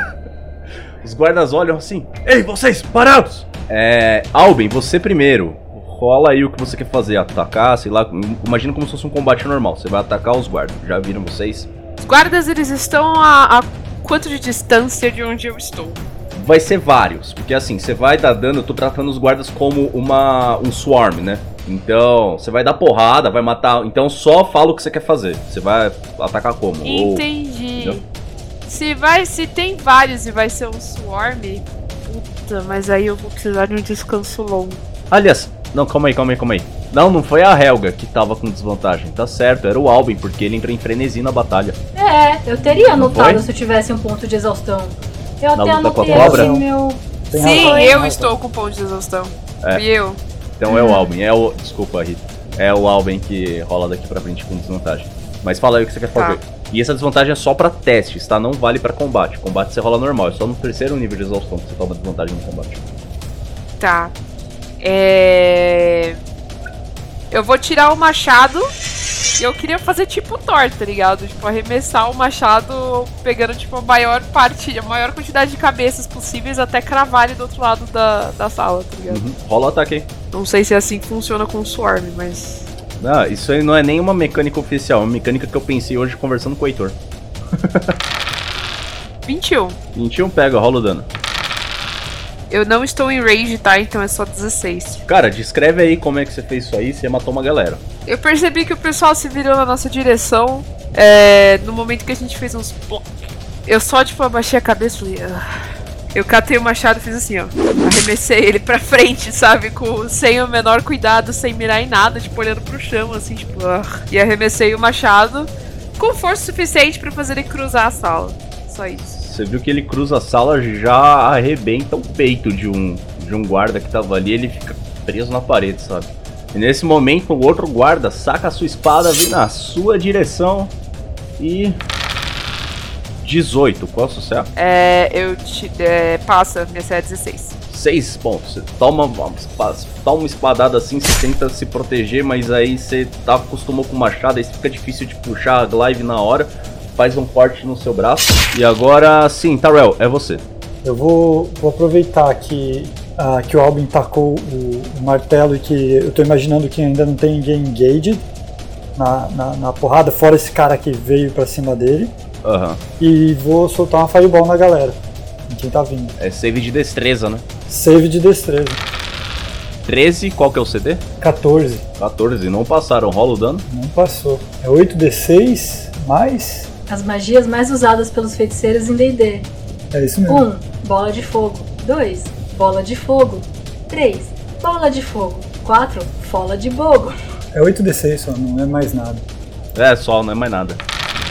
Os guardas olham assim. Ei, vocês, parados! Alben, você primeiro. Rola aí o que você quer fazer. Atacar, sei lá. Imagina como se fosse um combate normal. Você vai atacar os guardas. Já viram vocês? Os guardas, eles estão a quanto de distância de onde eu estou? Vai ser vários. Porque assim, você vai dar dano. Eu tô tratando os guardas como um swarm, né? Então, você vai dar porrada, vai matar. Então só fala o que você quer fazer. Você vai atacar como? Entendi. Se tem vários e vai ser um swarm, puta, mas aí eu vou precisar de um descanso longo. Aliás, não, calma aí. Não foi a Helga que tava com desvantagem. Tá certo, era o Alben, porque ele entra em frenesi na batalha. Eu teria anotado se eu tivesse um ponto de exaustão. Eu na até luta com a anotei cobra? aqui meu... Sim, eu estou com ponto de exaustão. Fui eu. Então é o Alben, desculpa, Rita. É o Alben que rola daqui pra frente com desvantagem. Mas fala aí o que você quer fazer. E essa desvantagem é só pra testes, tá? Não vale pra combate. Combate você rola normal, é só no terceiro nível de exaustão que você toma desvantagem no combate. Tá. Eu vou tirar o machado e eu queria fazer tipo Thor, tá ligado? Tipo, arremessar o machado pegando tipo a maior quantidade de cabeças possíveis até cravar ele do outro lado da sala, tá ligado? Rola o ataque aí. Não sei se é assim que funciona com o Swarm, mas... Isso aí não é nenhuma mecânica oficial, é uma mecânica que eu pensei hoje conversando com o Heitor. 21. 21 pega, rola o dano. Eu não estou em range, tá? Então é só 16. Cara, descreve aí como é que você fez isso aí, você matou uma galera. Eu percebi que o pessoal se virou na nossa direção, no momento que a gente fez uns... Eu só, tipo, abaixei a cabeça e falei... Eu catei o machado e fiz assim, ó. Arremessei ele pra frente, sabe? Sem o menor cuidado, sem mirar em nada, tipo, olhando pro chão, assim, tipo... E arremessei o machado com força suficiente pra fazer ele cruzar a sala. Só isso. Você viu que ele cruza a sala, já arrebenta o peito de um de um guarda que tava ali, ele fica preso na parede, sabe? E nesse momento, o outro guarda saca a sua espada, vem na sua direção e... 18, qual é o sucesso? Passa, minha CA é 16. 6 pontos, você toma uma espadada assim, você tenta se proteger, mas aí você acostumou com o machado, aí fica difícil de puxar a glaive na hora, faz um corte no seu braço. E agora sim, Tarell, é você. Eu vou aproveitar que o Albin tacou o martelo e que eu tô imaginando que ainda não tem ninguém engaged na porrada, fora esse cara que veio pra cima dele. E vou soltar uma fireball na galera, em quem tá vindo. É save de destreza, né? Save de destreza. 13, qual que é o CD? 14. 14, não passaram, rola o dano? Não passou. É 8d6 mais... As magias mais usadas pelos feiticeiros em D&D. É isso mesmo. 1. Bola de fogo. 2. Bola de fogo. 3. Bola de fogo. 4. Fola de bogo. É 8d6 só, não é mais nada. É, só, não é mais nada.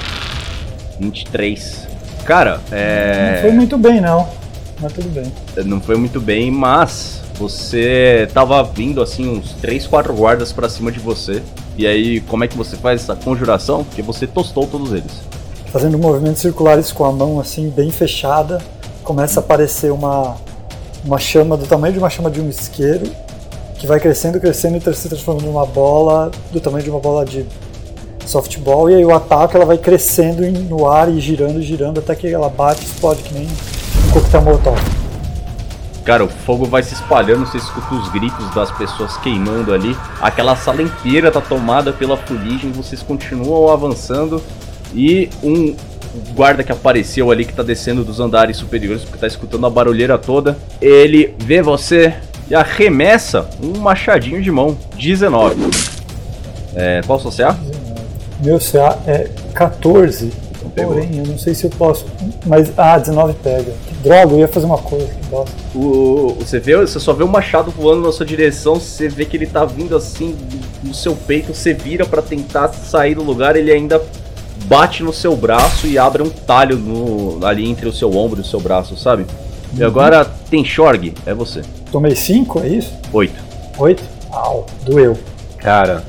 23. Cara, Não foi muito bem, não. Mas tudo bem. Não foi muito bem, mas você tava vindo assim uns 3, 4 guardas pra cima de você. E aí, como é que você faz essa conjuração? Porque você tostou todos eles. Fazendo movimentos circulares com a mão assim, bem fechada, começa a aparecer uma chama do tamanho de uma chama de um isqueiro, que vai crescendo e se transformando numa bola do tamanho de uma bola de softball, e aí o ataque ela vai crescendo no ar e girando até que ela bate e explode que nem um coquetel molotov. Cara, o fogo vai se espalhando, você escuta os gritos das pessoas queimando ali. Aquela sala inteira tá tomada pela fuligem, vocês continuam avançando e um guarda que apareceu ali, que tá descendo dos andares superiores, porque tá escutando a barulheira toda, ele vê você e arremessa um machadinho de mão. 19. Qual o seu CA? Meu CA é 14, Pegou. porém eu não sei se eu posso, mas 19 pega. Que droga, eu ia fazer uma coisa, que bosta. Você só vê o machado voando na sua direção, você vê que ele tá vindo assim no seu peito, você vira pra tentar sair do lugar, ele ainda bate no seu braço e abre um talho ali entre o seu ombro e o seu braço, sabe? E agora tem Shorg, é você. Tomei 5, é isso? 8. 8? Au, doeu. Cara,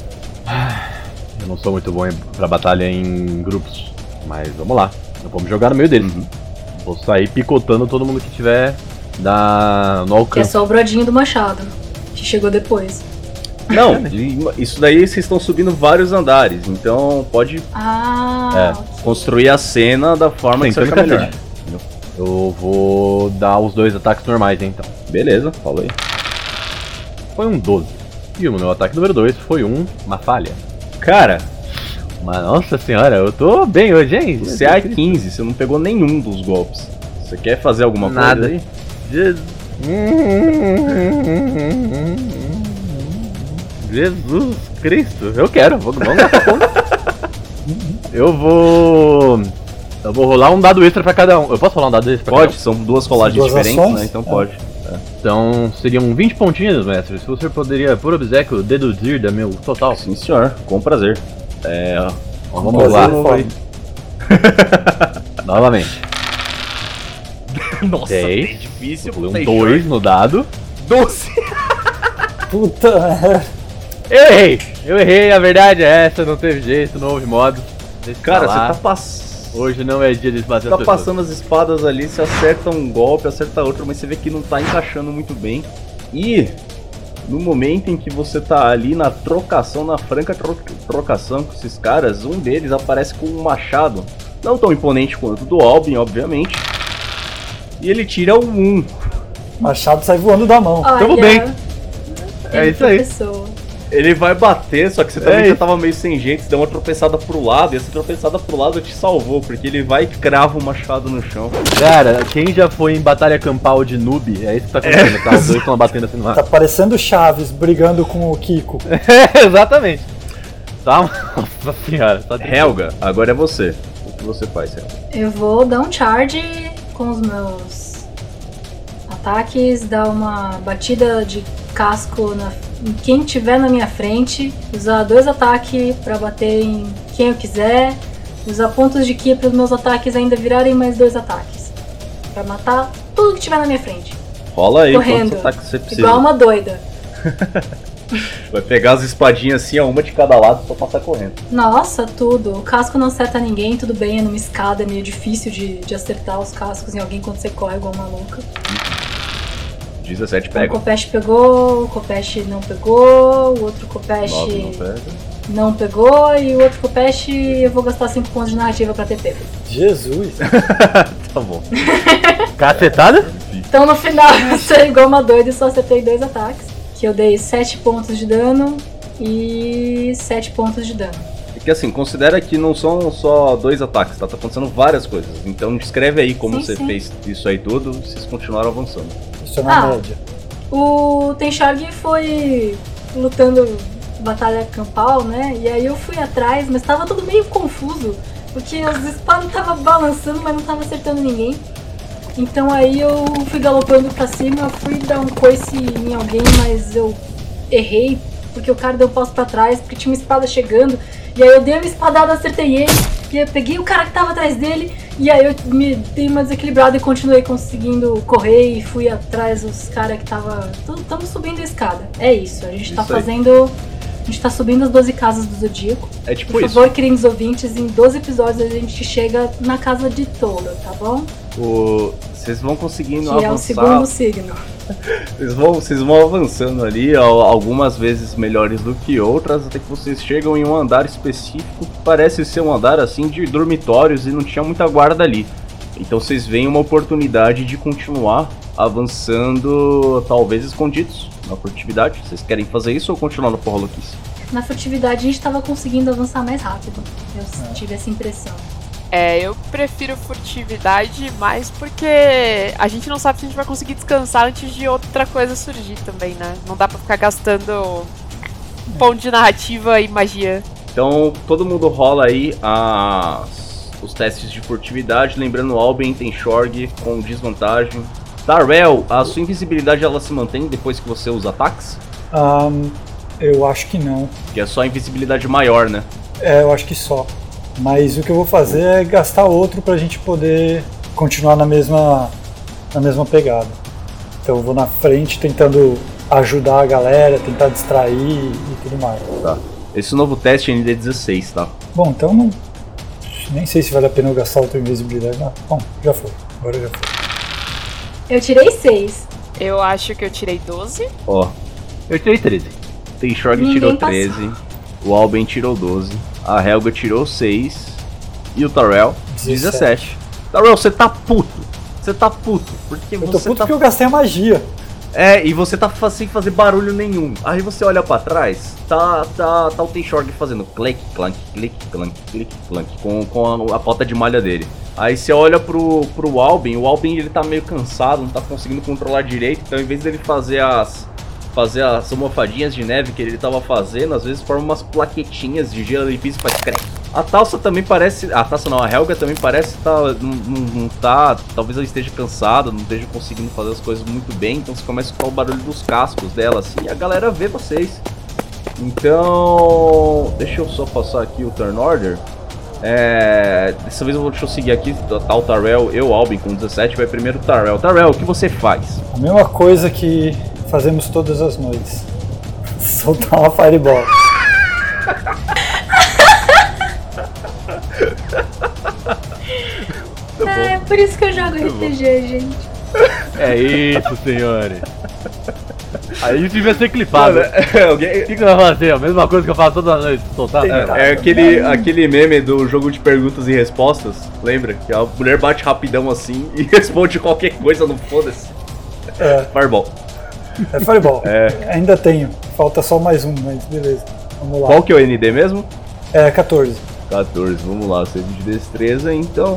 eu não sou muito bom pra batalha em grupos, mas vamos lá. Eu vou me jogar no meio deles. Vou sair picotando todo mundo que tiver no Que é alcance. só o brodinho do machado, que chegou depois. Não, isso daí vocês estão subindo vários andares, então pode construir a cena da forma que você achar melhor. Eu vou dar os 2 ataques normais, então. Beleza, falou aí. Foi um 12. E o meu ataque número 2 foi uma falha. Cara, Mas nossa senhora, eu tô bem hoje, hein? você é 15, você não pegou nenhum dos golpes. Você quer fazer alguma Nada. coisa aí? Jesus Cristo, eu quero, vamos dar pra conta. Eu vou rolar um dado extra pra cada um. Eu posso rolar um dado extra pra Pode, cada são duas rolagens Duas diferentes, ações? né? Então pode. um? Então seriam 20 pontinhos, mestre. Se você poderia, por obséquio, deduzir da meu total. Sim, senhor, com prazer. Então, Um vamos lá. prazer enorme. Novamente. Nossa, 10. bem difícil. Eu tem rolei um 2 no dado. 12. Puta merda. Eu errei, a verdade é essa, não teve jeito, não houve modo. Deixa Cara, pra lá. você tá passando. Hoje não é dia de esbater Tá as pessoas. passando as espadas ali, você acerta um golpe, acerta outro, mas você vê que não tá encaixando muito bem. E no momento em que você tá ali na trocação, na franca trocação com esses caras, um deles aparece com um machado, não tão imponente quanto o do Albin, obviamente. E ele tira um 1. Machado sai voando da mão. Olha, Tamo bem. ele É isso aí. tropeçou. Ele vai bater, só que você também É já isso. tava meio sem jeito, você deu uma tropeçada pro lado, e essa tropeçada pro lado te salvou, porque ele vai e crava o machado no chão. Cara, quem já foi em batalha campal de noob, é isso que tá acontecendo, tá? Os dois estão batendo assim no mar. Tá parecendo Chaves brigando com o Kiko. Exatamente. Tá, nossa senhora. Tá Helga, agora é você. O que você faz, Helga? Eu vou dar um charge com os meus ataques, dar uma batida de casco em quem tiver na minha frente, usar 2 ataques pra bater em quem eu quiser, usar pontos de ki para os meus ataques ainda virarem mais 2 ataques, pra matar tudo que tiver na minha frente. Rola aí, correndo, quantos ataques você precisa. igual uma doida. Vai pegar as espadinhas assim, uma de cada lado, pra passar correndo. Nossa, tudo. O casco não acerta ninguém, tudo bem, é numa escada, é meio difícil de acertar os cascos em alguém quando você corre igual maluca. 17 pega. O Kopesh pegou, o Kopesh não pegou, o outro Kopesh 9 não pega. não pegou, e o outro Kopesh eu vou gastar 5 pontos de narrativa pra ter pego. Jesus. Tá bom. Cacetada? Então no final eu saí igual uma doida e só acertei 2 ataques. Que eu dei 7 pontos de dano e 7 pontos de dano. Porque assim, considera que não são só 2 ataques, tá? Tá acontecendo várias coisas. Então descreve aí como você fez isso aí tudo, vocês continuaram avançando. Isso é na média. O Tenshorg foi lutando batalha campal, né? E aí eu fui atrás, mas tava tudo meio confuso. Porque as espadas estavam balançando, mas não tava acertando ninguém. Então aí eu fui galopando pra cima, fui dar um coice em alguém, mas eu errei, porque o cara deu um passo pra trás, porque tinha uma espada chegando, e aí eu dei uma espadada, acertei ele, e aí eu peguei o cara que tava atrás dele, e aí eu me dei uma desequilibrada e continuei conseguindo correr e fui atrás dos caras que tava... Estamos subindo a escada, é isso, a gente tá fazendo... A gente tá subindo as 12 casas do Zodíaco. É tipo Por isso. favor, queridos ouvintes, em 12 episódios a gente chega na casa de Tola, tá bom? Vocês vão conseguindo Que avançar. é o segundo signo. Vocês vão avançando ali, algumas vezes melhores do que outras, até que vocês chegam em um andar específico que parece ser um andar assim de dormitórios e não tinha muita guarda ali. Então vocês veem uma oportunidade de continuar avançando, talvez escondidos na furtividade. Vocês querem fazer isso ou continuar no porra-louquice? Na furtividade a gente tava conseguindo avançar mais rápido. Eu tive essa impressão. Eu prefiro furtividade mais porque a gente não sabe se a gente vai conseguir descansar antes de outra coisa surgir também, né? Não dá pra ficar gastando ponto de narrativa e magia. Então todo mundo rola aí os testes de furtividade, lembrando o Alben tem Shorg com desvantagem. Darrell, a sua invisibilidade ela se mantém depois que você usa ataques? Eu acho que não. Que é só a invisibilidade maior, né? Eu acho que só. Mas o que eu vou fazer é gastar outro pra gente poder continuar na mesma pegada. Então eu vou na frente tentando ajudar a galera, tentar distrair e tudo mais. Tá. Esse novo teste ainda é 16, tá? Bom, então não, nem sei se vale a pena eu gastar outra invisibilidade. Não. Bom, já foi. Agora já foi. Eu tirei 6. Eu acho que eu tirei 12. Ó, Eu tirei 13. tem Shorg Ninguém tirou passou. 13, o Alben tirou 12, a Helga tirou 6 e o Tarrell 17. Tarrell, você tá puto. Você tá puto. Porque Eu tô você puto tá... porque eu gastei a magia. E você tá sem fazer barulho nenhum. Aí você olha pra trás, tá o Tenshorg fazendo click, clank, click, clank, click, clank, com a pota de malha dele. Aí você olha pro Alben, o Alben ele tá meio cansado, não tá conseguindo controlar direito, então em vez dele fazer as almofadinhas de neve que ele tava fazendo, às vezes forma umas plaquetinhas de gelo e piso e faz crack. A Talsa também parece... A Talsa não, a Helga também parece não tá... Talvez ela esteja cansada, não esteja conseguindo fazer as coisas muito bem, então você começa a escutar o barulho dos cascos dela, assim, e a galera vê vocês. Então... Deixa eu só passar aqui o turn order. Dessa vez deixa eu seguir aqui, tá o Tarrell, o Alben com 17, vai primeiro o Tarrell. Tarrell, o que você faz? A mesma coisa que fazemos todas as noites. Soltar uma fireball. É por isso que eu jogo RPG, gente. É isso, senhores. Aí isso devia ser clipado. Alguém... O que você vai fazer? A mesma coisa que eu faço toda noite, soltar? Aquele meme do jogo de perguntas e respostas, lembra? Que a mulher bate rapidão assim e responde qualquer coisa, não foda-se. Fireball. É fireball. Ainda tenho. Falta só mais um, mas beleza. Vamos lá. Qual que é o ND mesmo? 14. 14, vamos lá, save de destreza, então...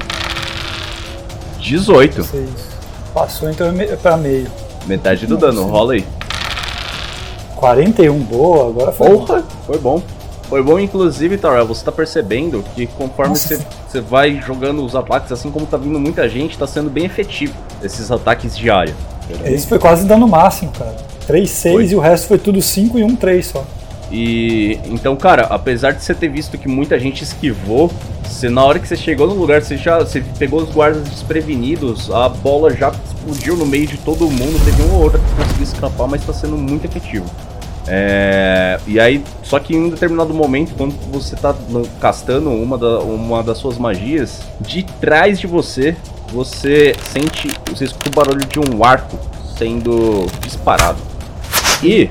18. 6. Passou, então é pra meio. Metade do dano, rola aí. 41, boa, agora foi. Porra, foi bom. Foi bom, inclusive, Tarrell, você tá percebendo que conforme você vai jogando os ataques, assim como tá vindo muita gente, tá sendo bem efetivo esses ataques de área. Esse foi quase dano máximo, cara. 3, 6 e o resto foi tudo 5 e 1, 3 só. E então, cara, apesar de você ter visto que muita gente esquivou, Na hora que você chegou no lugar, você pegou os guardas desprevenidos, a bola já explodiu no meio de todo mundo, teve uma ou outra que conseguiu escapar, mas tá sendo muito efetivo. E aí, só que em um determinado momento, quando você tá castando uma das suas magias, de trás de você, você escuta o barulho de um arco sendo disparado. E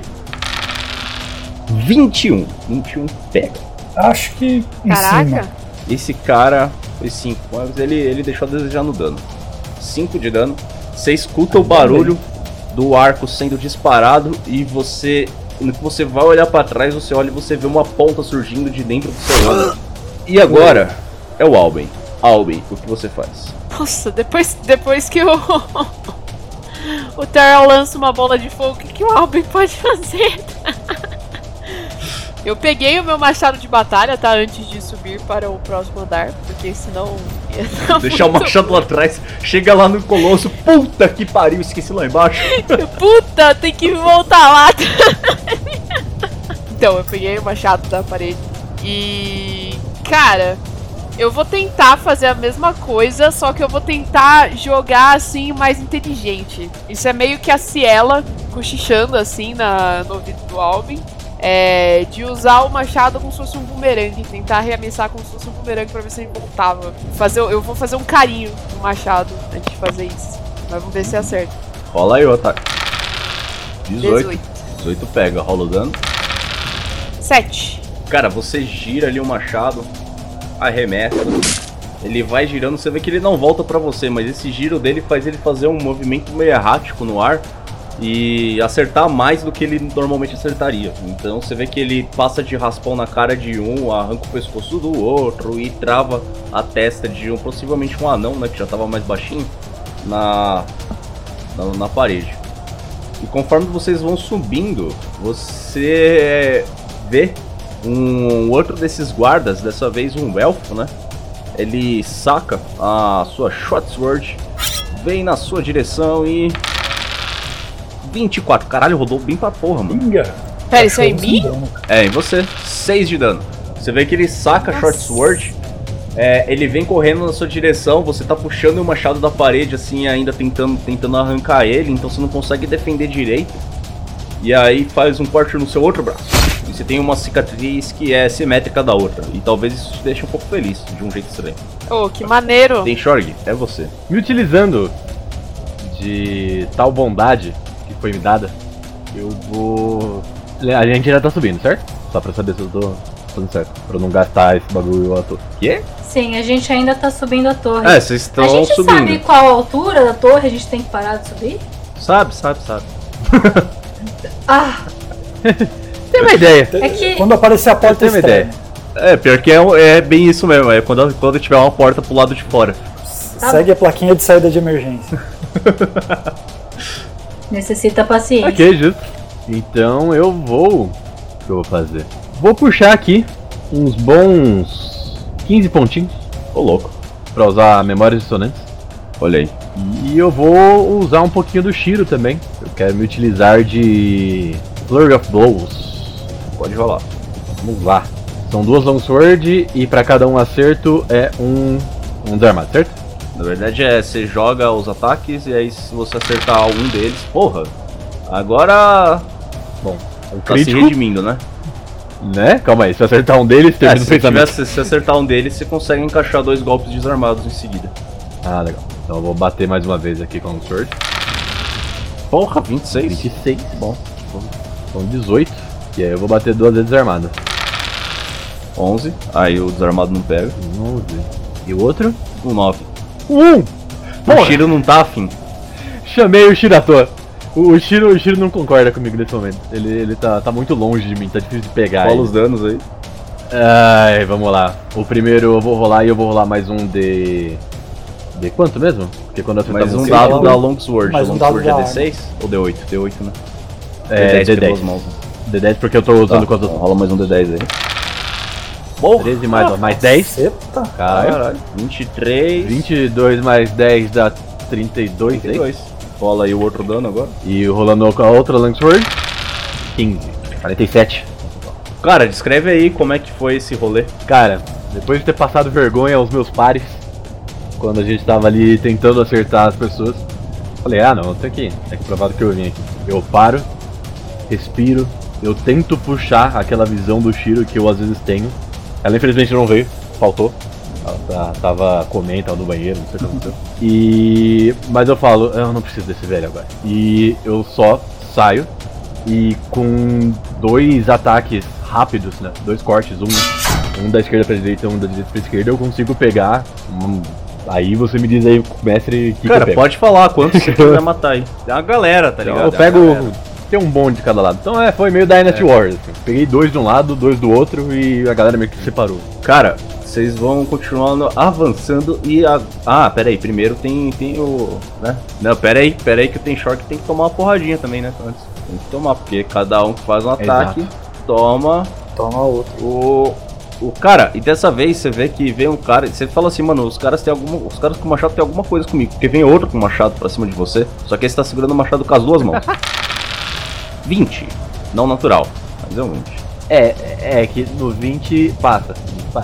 21 pega. Acho que em Caraca! cima. Esse cara foi 5, mas ele deixou a desejar no dano. 5 de dano. Você escuta o barulho do arco sendo disparado e você, no que você vai olhar pra trás, você olha e você vê uma ponta surgindo de dentro do seu olho. E agora é o Alben. Alben, o que você faz? Nossa, depois que o Terrell lança uma bola de fogo, o que o Alben pode fazer? Eu peguei o meu machado de batalha, tá? Antes de subir para o próximo andar, porque senão ia dar Deixar o machado lá atrás, chega lá no colosso, puta que pariu, esqueci lá embaixo. Puta, tem que voltar lá. Então, eu peguei o machado da parede e... Cara, eu vou tentar fazer a mesma coisa, só que eu vou tentar jogar assim, mais inteligente. Isso é meio que a Ciela cochichando assim no ouvido do Alben. De usar o machado como se fosse um bumerangue, tentar arremessar como se fosse um bumerangue pra ver se ele voltava. Eu vou fazer um carinho no machado antes de fazer isso. Mas vamos ver se acerta. Rola aí o ataque. 18 pega, rola o dano. 7. Cara, você gira ali o machado, arremessa, ele vai girando, você vê que ele não volta pra você, mas esse giro dele faz ele fazer um movimento meio errático no ar e acertar mais do que ele normalmente acertaria. Então você vê que ele passa de raspão na cara de um, arranca o pescoço do outro e trava a testa de um, possivelmente um anão, né, que já tava mais baixinho, na parede. E conforme vocês vão subindo, você vê um outro desses guardas, dessa vez um elfo, né? Ele saca a sua short sword, vem na sua direção e... 24, caralho, rodou bem pra porra, mano. Pera, isso é em mim? Em você, 6 de dano. Você vê que ele saca a short sword, ele vem correndo na sua direção, você tá puxando o machado da parede, assim, ainda tentando arrancar ele, então você não consegue defender direito. E aí faz um corte no seu outro braço. E você tem uma cicatriz que é simétrica da outra. E talvez isso te deixe um pouco feliz, de um jeito estranho. Oh, que maneiro! Tem Shorg, é você. Me utilizando de tal bondade que foi me dada, eu vou... A gente ainda tá subindo, certo? Só pra saber se eu tô fazendo certo. Pra eu não gastar esse bagulho à toa. Quê? Sim, a gente ainda tá subindo a torre. Vocês estão a gente subindo. sabe qual a altura da torre a gente tem que parar de subir? Sabe. Ah, Tem uma ideia. é que... Quando aparecer a porta Tem uma externa. Pior que é bem isso mesmo, é quando tiver uma porta pro lado de fora. Segue a plaquinha de saída de emergência. Necessita paciência. Ok, justo. Então eu vou... O que eu vou fazer? Vou puxar aqui uns bons 15 pontinhos. Ô louco. Pra usar memórias dissonantes. Olha aí. E eu vou usar um pouquinho do Shiro também. Eu quero me utilizar de Flurry of Blows. Pode rolar. Vamos lá. São 2 longsword e pra cada um acerto é um desarmado, certo? Na verdade você joga os ataques e aí se você acertar um deles... Porra! Agora... Bom, o Tá se crítico, redimindo, né? né? Calma aí, se eu acertar um deles, termina o pensamento. Se acertar um deles, você consegue encaixar 2 golpes desarmados em seguida. Ah, legal. Então eu vou bater mais uma vez aqui com o sword. Porra, 26. 26, bom. São 18. E aí eu vou bater 2 vezes desarmado. 11. Aí o desarmado não pega. 11. E o outro? 9. 1! O Shiro não tá afim. Chamei o Shiro à toa. O Shiro não concorda comigo nesse momento. Ele tá muito longe de mim, tá difícil de pegar. Rola ele. os danos aí. Ai, vamos lá. O primeiro eu vou rolar e eu vou rolar mais um de quanto mesmo? Porque quando eu acertar Mais um você, dado eu- da Longsword. Mais A um dado Longsword é da D6 ou D8? D8, né? É, D10 pelas D10. mãos. D10 porque eu tô usando com as outras. Rola mais um D10 aí. Porra! 13 mais 10. Eita. Caralho. 23. 22 mais 10 dá 32. 32. Rola aí o outro dano agora. E rolando com a outra Longsword. 15. 47. Cara, descreve aí como é que foi esse rolê. Cara, Depois de ter passado vergonha aos meus pares, quando a gente tava ali tentando acertar as pessoas, falei, não tem que provar do que eu vim aqui. Eu paro, respiro, eu tento puxar aquela visão do Shiro que eu às vezes tenho. Ela infelizmente não veio, faltou. Ela tava comendo, tava no banheiro, não sei o que aconteceu. Mas eu falo, eu não preciso desse velho agora. E eu só saio e com 2 ataques rápidos, né? 2 cortes, um da esquerda pra direita e um da direita pra esquerda, eu consigo pegar. Aí você me diz aí, mestre, que cara, eu pego. Pode falar quantos você quiser matar aí. Tem uma galera, tá ligado? Eu pego. Tem um bonde de cada lado. Então foi meio Dynasty Warriors. Assim. Peguei 2 de um lado, 2 do outro e a galera meio que se separou. Cara, vocês vão continuando avançando e pera aí, primeiro tem o... né? Não, pera aí que o Tenshork tem que tomar uma porradinha também, né? Antes. Tem que tomar, porque cada um que faz um ataque, toma outro. O cara, e dessa vez você vê que vem um cara, você fala assim, mano, os caras com machado tem alguma coisa comigo, porque vem outro com machado pra cima de você, só que esse tá segurando o machado com as 2 mãos. 20, não natural, mas é um 20. É que no 20 passa.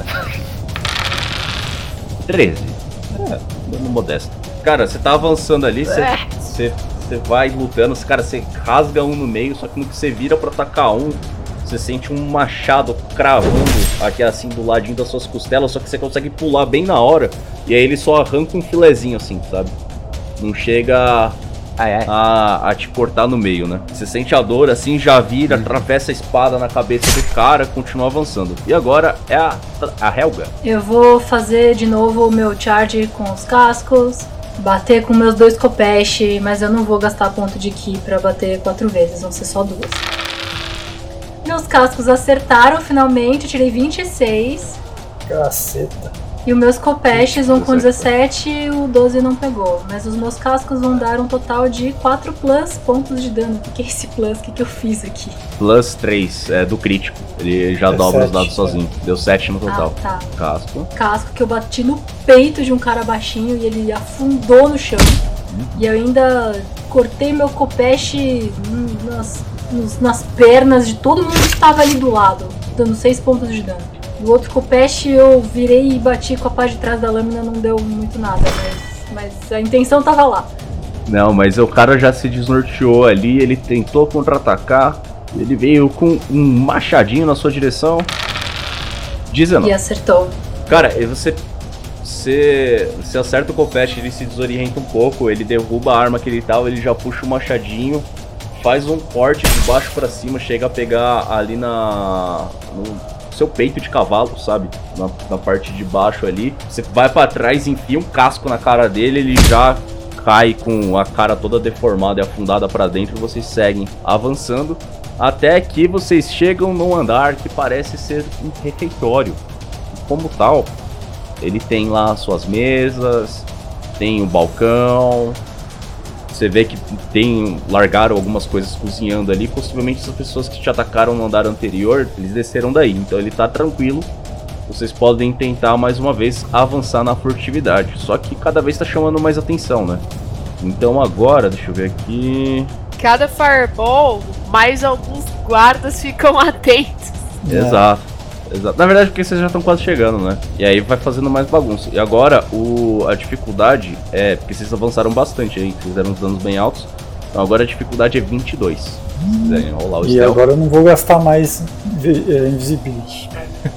13. Dando modesto. Cara, você tá avançando ali, você vai lutando, cara, você rasga um no meio, só que no que você vira pra atacar um, você sente um machado cravando aqui assim do ladinho das suas costelas, só que você consegue pular bem na hora, e aí ele só arranca um filezinho assim, sabe? Não chega a te cortar no meio, né? Você sente a dor assim, já vira, atravessa a espada na cabeça do cara, continua avançando. E agora é a Helga. Eu vou fazer de novo o meu charge com os cascos, bater com meus 2 Khopesh, mas eu não vou gastar ponto de ki pra bater 4 vezes, vão ser só 2. Meus cascos acertaram finalmente, eu tirei 26. Caceta. E os meus Khopeshes vão com 17 e o 12 não pegou. Mas os meus cascos vão dar um total de 4 plus pontos de dano. O que é esse plus? O que eu fiz aqui? Plus 3, do crítico. Ele já dobra 7, os dados sozinho. Deu 7 no total. Tá. Casco que eu bati no peito de um cara baixinho e ele afundou no chão. E eu ainda cortei meu Khopesh nas pernas de todo mundo que estava ali do lado, dando 6 pontos de dano. O outro Khopesh eu virei e bati com a parte de trás da lâmina, não deu muito nada, mas a intenção tava lá. Não, mas o cara já se desnorteou ali, ele tentou contra-atacar, ele veio com um machadinho na sua direção. 19. E acertou. Cara, você acerta o Khopesh, ele se desorienta um pouco, ele derruba a arma que ele tava, ele já puxa o machadinho, faz um corte de baixo pra cima, chega a pegar ali no seu peito de cavalo, sabe? Na parte de baixo ali. Você vai pra trás, enfia um casco na cara dele, ele já cai com a cara toda deformada e afundada pra dentro. Vocês seguem avançando até que vocês chegam num andar que parece ser um refeitório. Como tal, ele tem lá suas mesas, tem um balcão. Você vê que largaram algumas coisas cozinhando ali. Possivelmente essas pessoas que te atacaram no andar anterior, eles desceram daí. Então ele tá tranquilo. Vocês podem tentar mais uma vez avançar na furtividade. Só que cada vez tá chamando mais atenção, né? Então agora, deixa eu ver aqui... Cada fireball, mais alguns guardas ficam atentos. Exato. Na verdade, porque vocês já estão quase chegando, né? E aí vai fazendo mais bagunça. E agora, a dificuldade é... Porque vocês avançaram bastante aí, fizeram uns danos bem altos. Então agora a dificuldade é 22. Se quiserem rolar o e stealth. Agora eu não vou gastar mais Invisibility.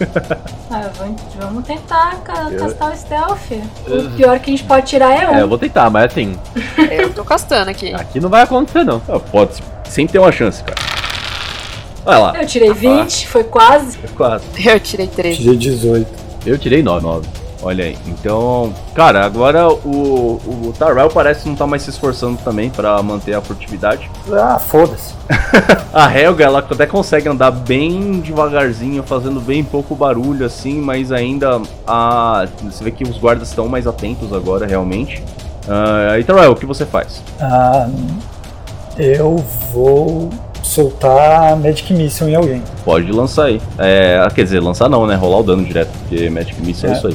Vamos tentar castar o stealth. O pior que a gente pode tirar é 1. Eu vou tentar, mas assim... Eu tô castando aqui. Aqui não vai acontecer, não. Pode, sem ter uma chance, cara. Vai lá. Eu tirei 20, foi quase. Eu tirei 13. Tirei 18. Eu tirei 9. Olha aí, então... Cara, agora o Tyrell parece não estar mais se esforçando também pra manter a furtividade. Foda-se. A Helga, ela até consegue andar bem devagarzinho, fazendo bem pouco barulho assim, mas ainda você vê que os guardas estão mais atentos agora, realmente. E Tyrell, o que você faz? Eu vou soltar Magic Missile em alguém. Pode lançar aí. Quer dizer, lançar não, né? Rolar o dano direto, porque Magic Missile é isso aí.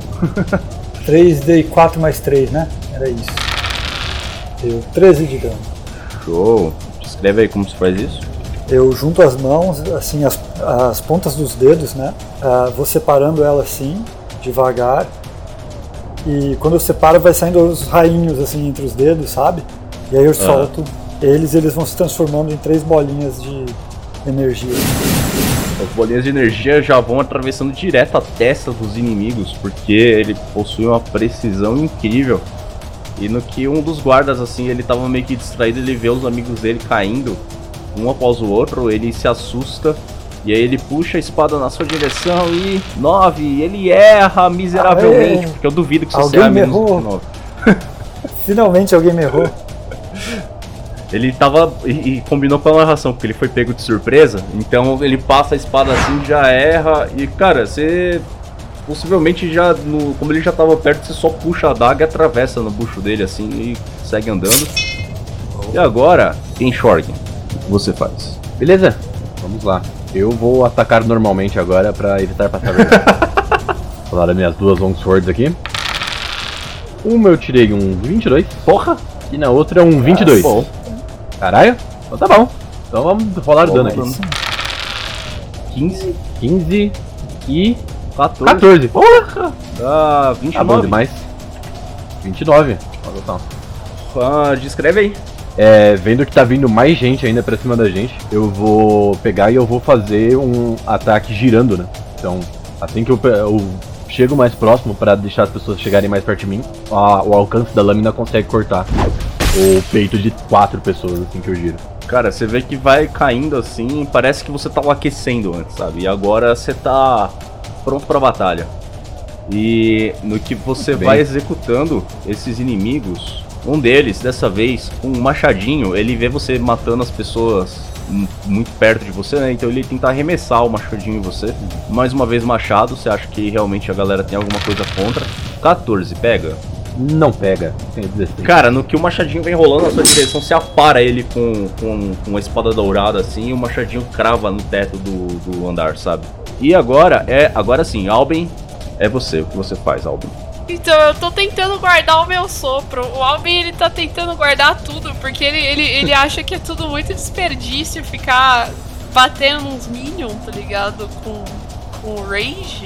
3d4 mais 3, né? Era isso. Deu 13 de dano. Show. Descreve aí como se faz isso. eu junto as mãos, assim, as pontas dos dedos, né? Vou separando ela assim, devagar. E quando eu separo vai saindo os rainhos assim entre os dedos, sabe? E aí eu solto eles vão se transformando em 3 bolinhas de energia. As bolinhas de energia já vão atravessando direto a testa dos inimigos, porque ele possui uma precisão incrível. E no que um dos guardas, assim, ele tava meio que distraído, ele vê os amigos dele caindo, um após o outro, ele se assusta, e aí ele puxa a espada na sua direção e 9, ele erra miseravelmente, porque eu duvido que você erra menos que 9. Finalmente alguém me errou. Ele tava e combinou com a narração, porque ele foi pego de surpresa, então ele passa a espada assim, já erra, e cara, você possivelmente já, como ele já tava perto, você só puxa a adaga e atravessa no bucho dele assim e segue andando. E agora, tem Shorg, o que você faz? Beleza, vamos lá. Eu vou atacar normalmente agora pra evitar passar vergonha. Vou dar as minhas 2 long swords aqui. Uma eu tirei um 22, porra, e na outra um 22. Bom. Caralho, então tá bom. Então vamos rolar o dano aqui. 15 e 14. Porra! Dá 29. Tá bom demais. 29. Descreve aí. Vendo que tá vindo mais gente ainda pra cima da gente, eu vou pegar e eu vou fazer um ataque girando, né? Então, assim que eu chego mais próximo pra deixar as pessoas chegarem mais perto de mim, o alcance da lâmina consegue cortar o peito de 4 pessoas assim que eu giro. Cara, você vê que vai caindo assim, parece que você tava aquecendo antes, sabe? E agora você tá pronto pra batalha. E no que você vai executando esses inimigos, um deles, dessa vez, com um machadinho, ele vê você matando as pessoas muito perto de você, né? Então ele tenta arremessar o machadinho em você. Mais uma vez machado, você acha que realmente a galera tem alguma coisa contra. 14, pega? Não pega. Tem 16. Cara, no que o machadinho vem rolando na sua direção, você apara ele com uma espada dourada assim, e o machadinho crava no teto do andar, sabe? E agora sim, Alben, é você. O que você faz, Alben? Então, eu tô tentando guardar o meu sopro. O Alben, ele tá tentando guardar tudo, porque ele acha que é tudo muito desperdício ficar batendo uns minions, tá ligado? Com rage.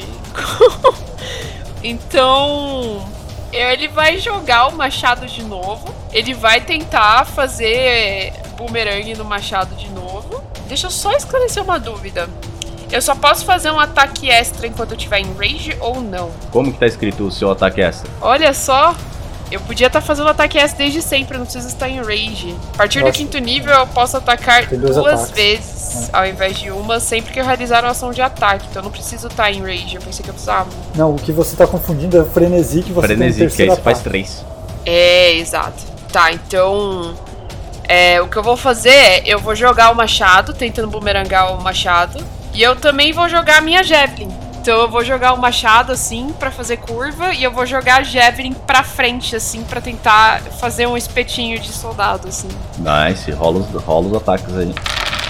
Então, ele vai jogar o machado de novo. Ele vai tentar fazer boomerang no machado de novo. Deixa eu só esclarecer uma dúvida. Eu só posso fazer um ataque extra enquanto eu estiver em rage ou não? Como que tá escrito o seu ataque extra? Olha só, eu podia estar fazendo ataque extra desde sempre, eu não preciso estar em rage. A partir do 5º nível eu posso atacar 2 vezes ao invés de uma, sempre que eu realizar uma ação de ataque. Então eu não preciso estar em rage, eu pensei que eu precisava. Não, o que você tá confundindo é o frenesi que você frenesi, tem no terceiro que aí você faz 3. Exato. Tá, então... o que eu vou fazer é, eu vou jogar o machado, tentando boomerangar o machado. E eu também vou jogar a minha Javelin. Então eu vou jogar o machado assim pra fazer curva. E eu vou jogar a Javelin pra frente assim, pra tentar fazer um espetinho de soldado assim. Nice, rola os ataques aí.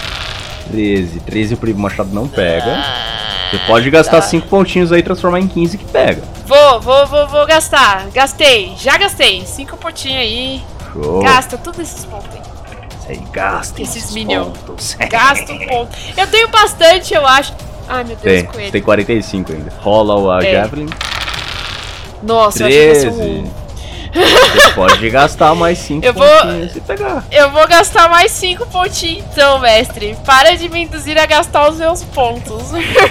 13 o primo machado não pega. Você pode gastar 5 pontinhos aí e transformar em 15 que pega. Vou gastar. Já gastei. 5 pontinhos aí. Show. Gasta todos esses pontos aí. Aí gasta esses minions. Gasta um ponto. Eu tenho bastante, eu acho. Ai, meu Deus, coelho. Tem 45 ainda. Rola a Javelin. Nossa, 13. eu acho que vai ser Você pode gastar mais 5 pontinhos se pegar. Eu vou gastar mais 5 pontinhos então, mestre. Para de me induzir a gastar os meus pontos.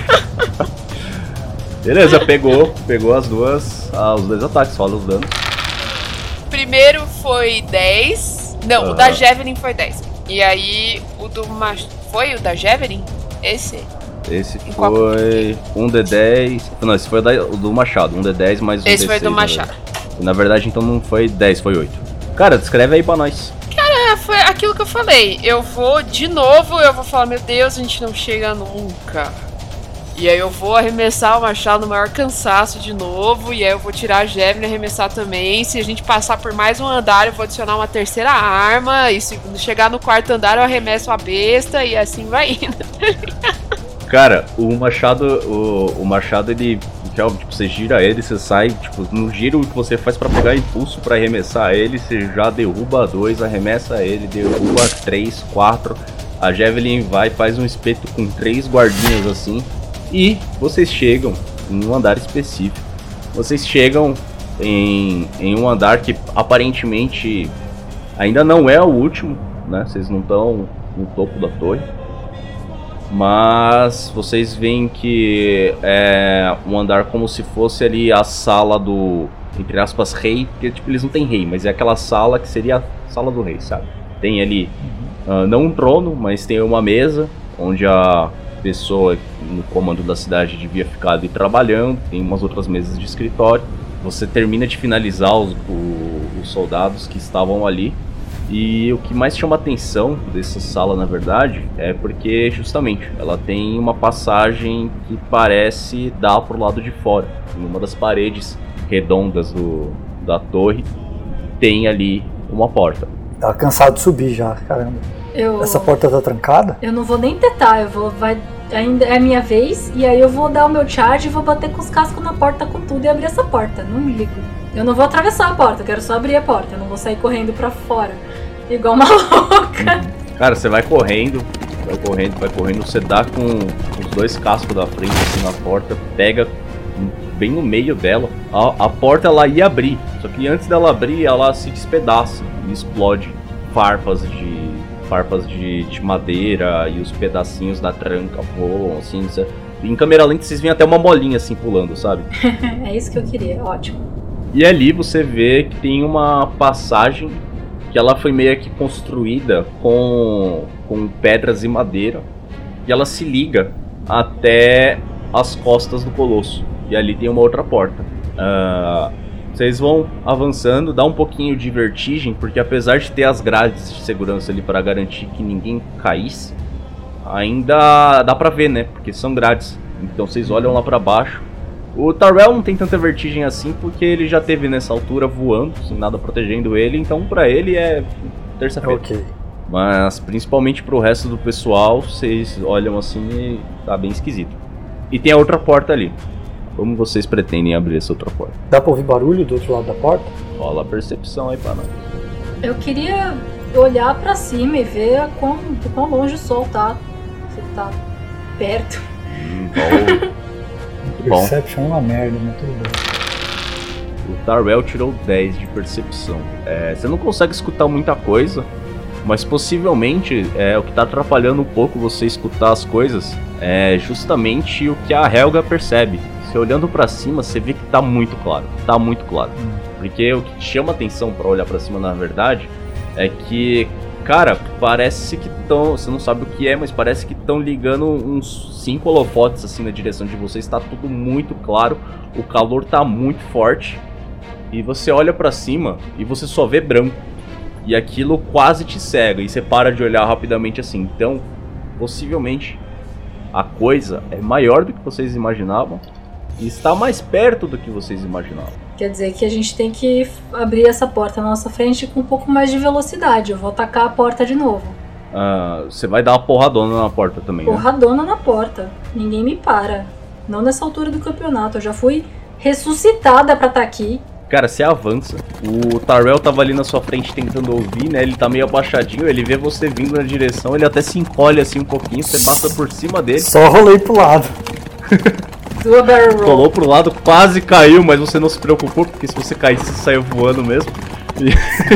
Beleza, pegou os dois ataques, rola os danos. Primeiro foi 10. Não, o da Javelin foi 10. E aí, o do machado... Foi o da Javelin? Esse foi um D10... Não, esse foi o do machado. Um D10 mais um D6. Esse foi do machado. Na verdade, então não foi 10, foi 8. Cara, descreve aí pra nós. Cara, foi aquilo que eu falei. Eu vou, de novo, eu vou falar, meu Deus, a gente não chega nunca. E aí eu vou arremessar o machado no maior cansaço de novo. E aí eu vou tirar a Javelin e arremessar também. Se a gente passar por mais um andar, eu vou adicionar uma terceira arma. E se chegar no 4º andar, eu arremesso a besta. E assim vai indo. Cara, o machado, ele... Tipo, você gira ele, você sai, tipo, no giro que você faz pra pegar impulso pra arremessar ele, você já derruba 2, arremessa ele, derruba 3, 4... A Javelin vai, faz um espeto com 3 guardinhas assim. E vocês chegam em um andar específico. Vocês chegam em um andar que aparentemente ainda não é o último, né? Vocês não estão no topo da torre. Mas vocês veem que é um andar como se fosse ali a sala do, entre aspas, rei. Porque tipo, eles não têm rei, mas é aquela sala que seria a sala do rei, sabe? Tem ali, não um trono, mas tem uma mesa onde a pessoa no comando da cidade devia ficar ali trabalhando. Tem umas outras mesas de escritório. Você termina de finalizar os soldados que estavam ali. E o que mais chama atenção dessa sala, na verdade, é porque justamente ela tem uma passagem que parece dar pro lado de fora. Em uma das paredes redondas da torre tem ali uma porta. Tá cansado de subir já, caramba. Essa porta tá trancada? Eu não vou nem tentar, ainda é a minha vez, e aí eu vou dar o meu charge e vou bater com os cascos na porta com tudo e abrir essa porta, não me ligo. Eu não vou atravessar a porta, eu quero só abrir a porta, eu não vou sair correndo pra fora, igual uma louca. Cara, você vai correndo, você dá com os 2 cascos da frente assim na porta, pega bem no meio dela, a porta ela ia abrir, só que antes dela abrir ela se despedaça e explode farpas de madeira e os pedacinhos da tranca voam, assim, em câmera lenta vocês veem até uma molinha assim pulando, sabe? É isso que eu queria, ótimo. E ali você vê que tem uma passagem que ela foi meio que construída com pedras e madeira, e ela se liga até as costas do colosso, e ali tem uma outra porta. Vocês vão avançando, dá um pouquinho de vertigem, porque apesar de ter as grades de segurança ali para garantir que ninguém caísse, ainda dá pra ver, né? Porque são grades. Então vocês olham lá pra baixo. O Tyrell não tem tanta vertigem assim, porque ele já teve nessa altura voando, sem nada protegendo ele, então pra ele é terça-feira. Ok. Mas principalmente pro resto do pessoal, vocês olham assim e tá bem esquisito. E tem a outra porta ali. Como vocês pretendem abrir essa outra porta? Dá pra ouvir barulho do outro lado da porta? Rola a percepção aí pra nós. Eu queria olhar pra cima e ver quão longe o sol tá. Se ele tá perto. Bom. Perception é uma merda, mas tudo bem. O Tyrell tirou 10 de percepção. Você não consegue escutar muita coisa, mas possivelmente o que tá atrapalhando um pouco você escutar as coisas é justamente o que a Helga percebe. Você olhando pra cima, você vê que tá muito claro. Tá muito claro. Porque o que te chama atenção pra olhar pra cima, na verdade, é que, cara, parece que estão... Você não sabe o que é, mas parece que estão ligando uns 5 holofotes assim na direção de vocês. Tá tudo muito claro. O calor tá muito forte. E você olha pra cima e você só vê branco. E aquilo quase te cega. E você para de olhar rapidamente assim. Então, possivelmente, a coisa é maior do que vocês imaginavam. E está mais perto do que vocês imaginavam. Quer dizer que a gente tem que abrir essa porta na nossa frente com um pouco mais de velocidade. Eu vou atacar a porta de novo. Você vai dar uma porradona na porta também, Porradona na porta. Ninguém me para. Não nessa altura do campeonato. Eu já fui ressuscitada pra estar aqui. Cara, você avança. O Tyrell tava ali na sua frente tentando ouvir, né? Ele tá meio abaixadinho, ele vê você vindo na direção, ele até se encolhe assim um pouquinho, você passa por cima dele. Só rolei pro lado. Do barrel roll. Rolou pro lado, quase caiu, mas você não se preocupou, porque se você caísse, você saiu voando mesmo. E...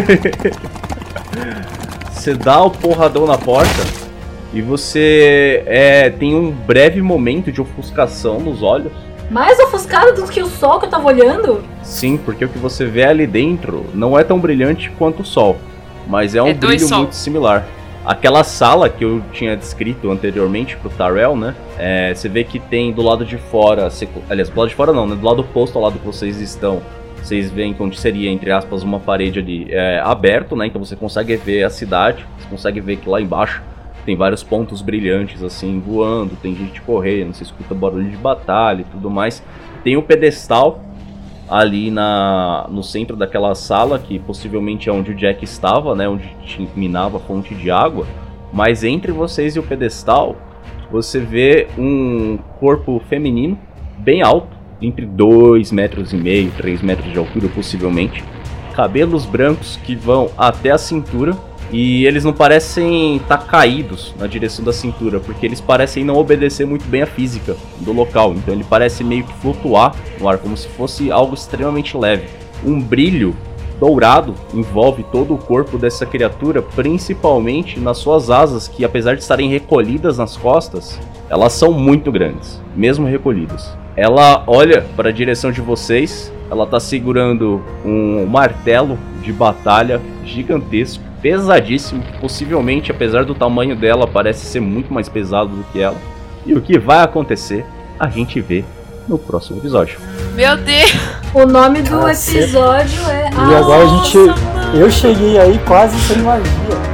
você dá o porradão na porta e você tem um breve momento de ofuscação nos olhos. Mais ofuscado do que o sol que eu tava olhando? Sim, porque o que você vê ali dentro não é tão brilhante quanto o sol, mas é um brilho muito similar. Aquela sala que eu tinha descrito anteriormente pro Tyrell, né? Você vê que tem do lado de fora, aliás, do lado de fora não, né? Do lado oposto ao lado que vocês estão, vocês veem onde seria, entre aspas, uma parede ali aberto, né? Então você consegue ver a cidade, você consegue ver que lá embaixo tem vários pontos brilhantes assim voando, tem gente correndo, você escuta barulho de batalha e tudo mais. Tem um pedestal ali no centro daquela sala, que possivelmente é onde o Jack estava, né, onde minava a fonte de água. Mas entre vocês e o pedestal, você vê um corpo feminino bem alto, entre 2,5 metros, 3 metros de altura possivelmente. Cabelos brancos que vão até a cintura, E eles não parecem estar caídos na direção da cintura, porque eles parecem não obedecer muito bem a física do local. Então ele parece meio que flutuar no ar, como se fosse algo extremamente leve. Um brilho dourado envolve todo o corpo dessa criatura, principalmente nas suas asas, que apesar de estarem recolhidas nas costas, elas são muito grandes, mesmo recolhidas. Ela olha para a direção de vocês, ela está segurando um martelo de batalha gigantesco, pesadíssimo, possivelmente, apesar do tamanho dela, parece ser muito mais pesado do que ela. E o que vai acontecer, a gente vê no próximo episódio. Meu Deus! O nome do episódio é... E agora a gente... Eu cheguei aí quase sem magia.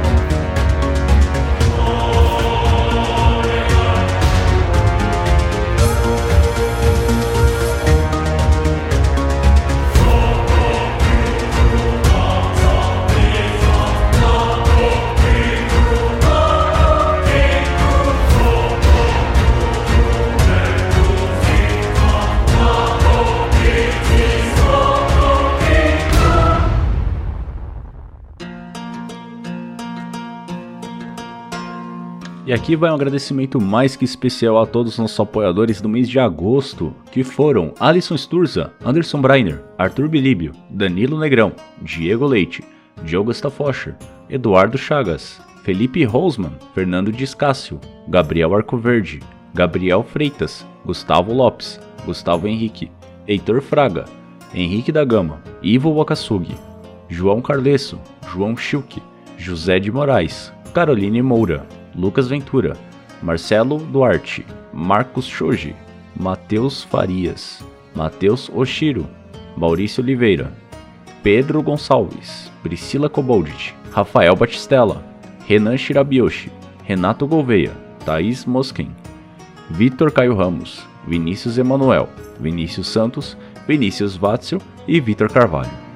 E aqui vai um agradecimento mais que especial a todos os nossos apoiadores do mês de agosto, que foram Alisson Sturza, Anderson Breiner, Arthur Bilíbio, Danilo Negrão, Diego Leite, Diogo Stafoscher, Eduardo Chagas, Felipe Rosman, Fernando Discácio, Gabriel Arcoverde, Gabriel Freitas, Gustavo Lopes, Gustavo Henrique, Heitor Fraga, Henrique da Gama, Ivo Wakasugi, João Carlesso, João Schilke, José de Moraes, Caroline Moura, Lucas Ventura, Marcelo Duarte, Marcos Shoji, Matheus Farias, Matheus Oshiro, Maurício Oliveira, Pedro Gonçalves, Priscila Koboldit, Rafael Batistella, Renan Shirabioshi, Renato Gouveia, Thaís Mosken, Vitor Caio Ramos, Vinícius Emanuel, Vinícius Santos, Vinícius Vatzel e Vitor Carvalho.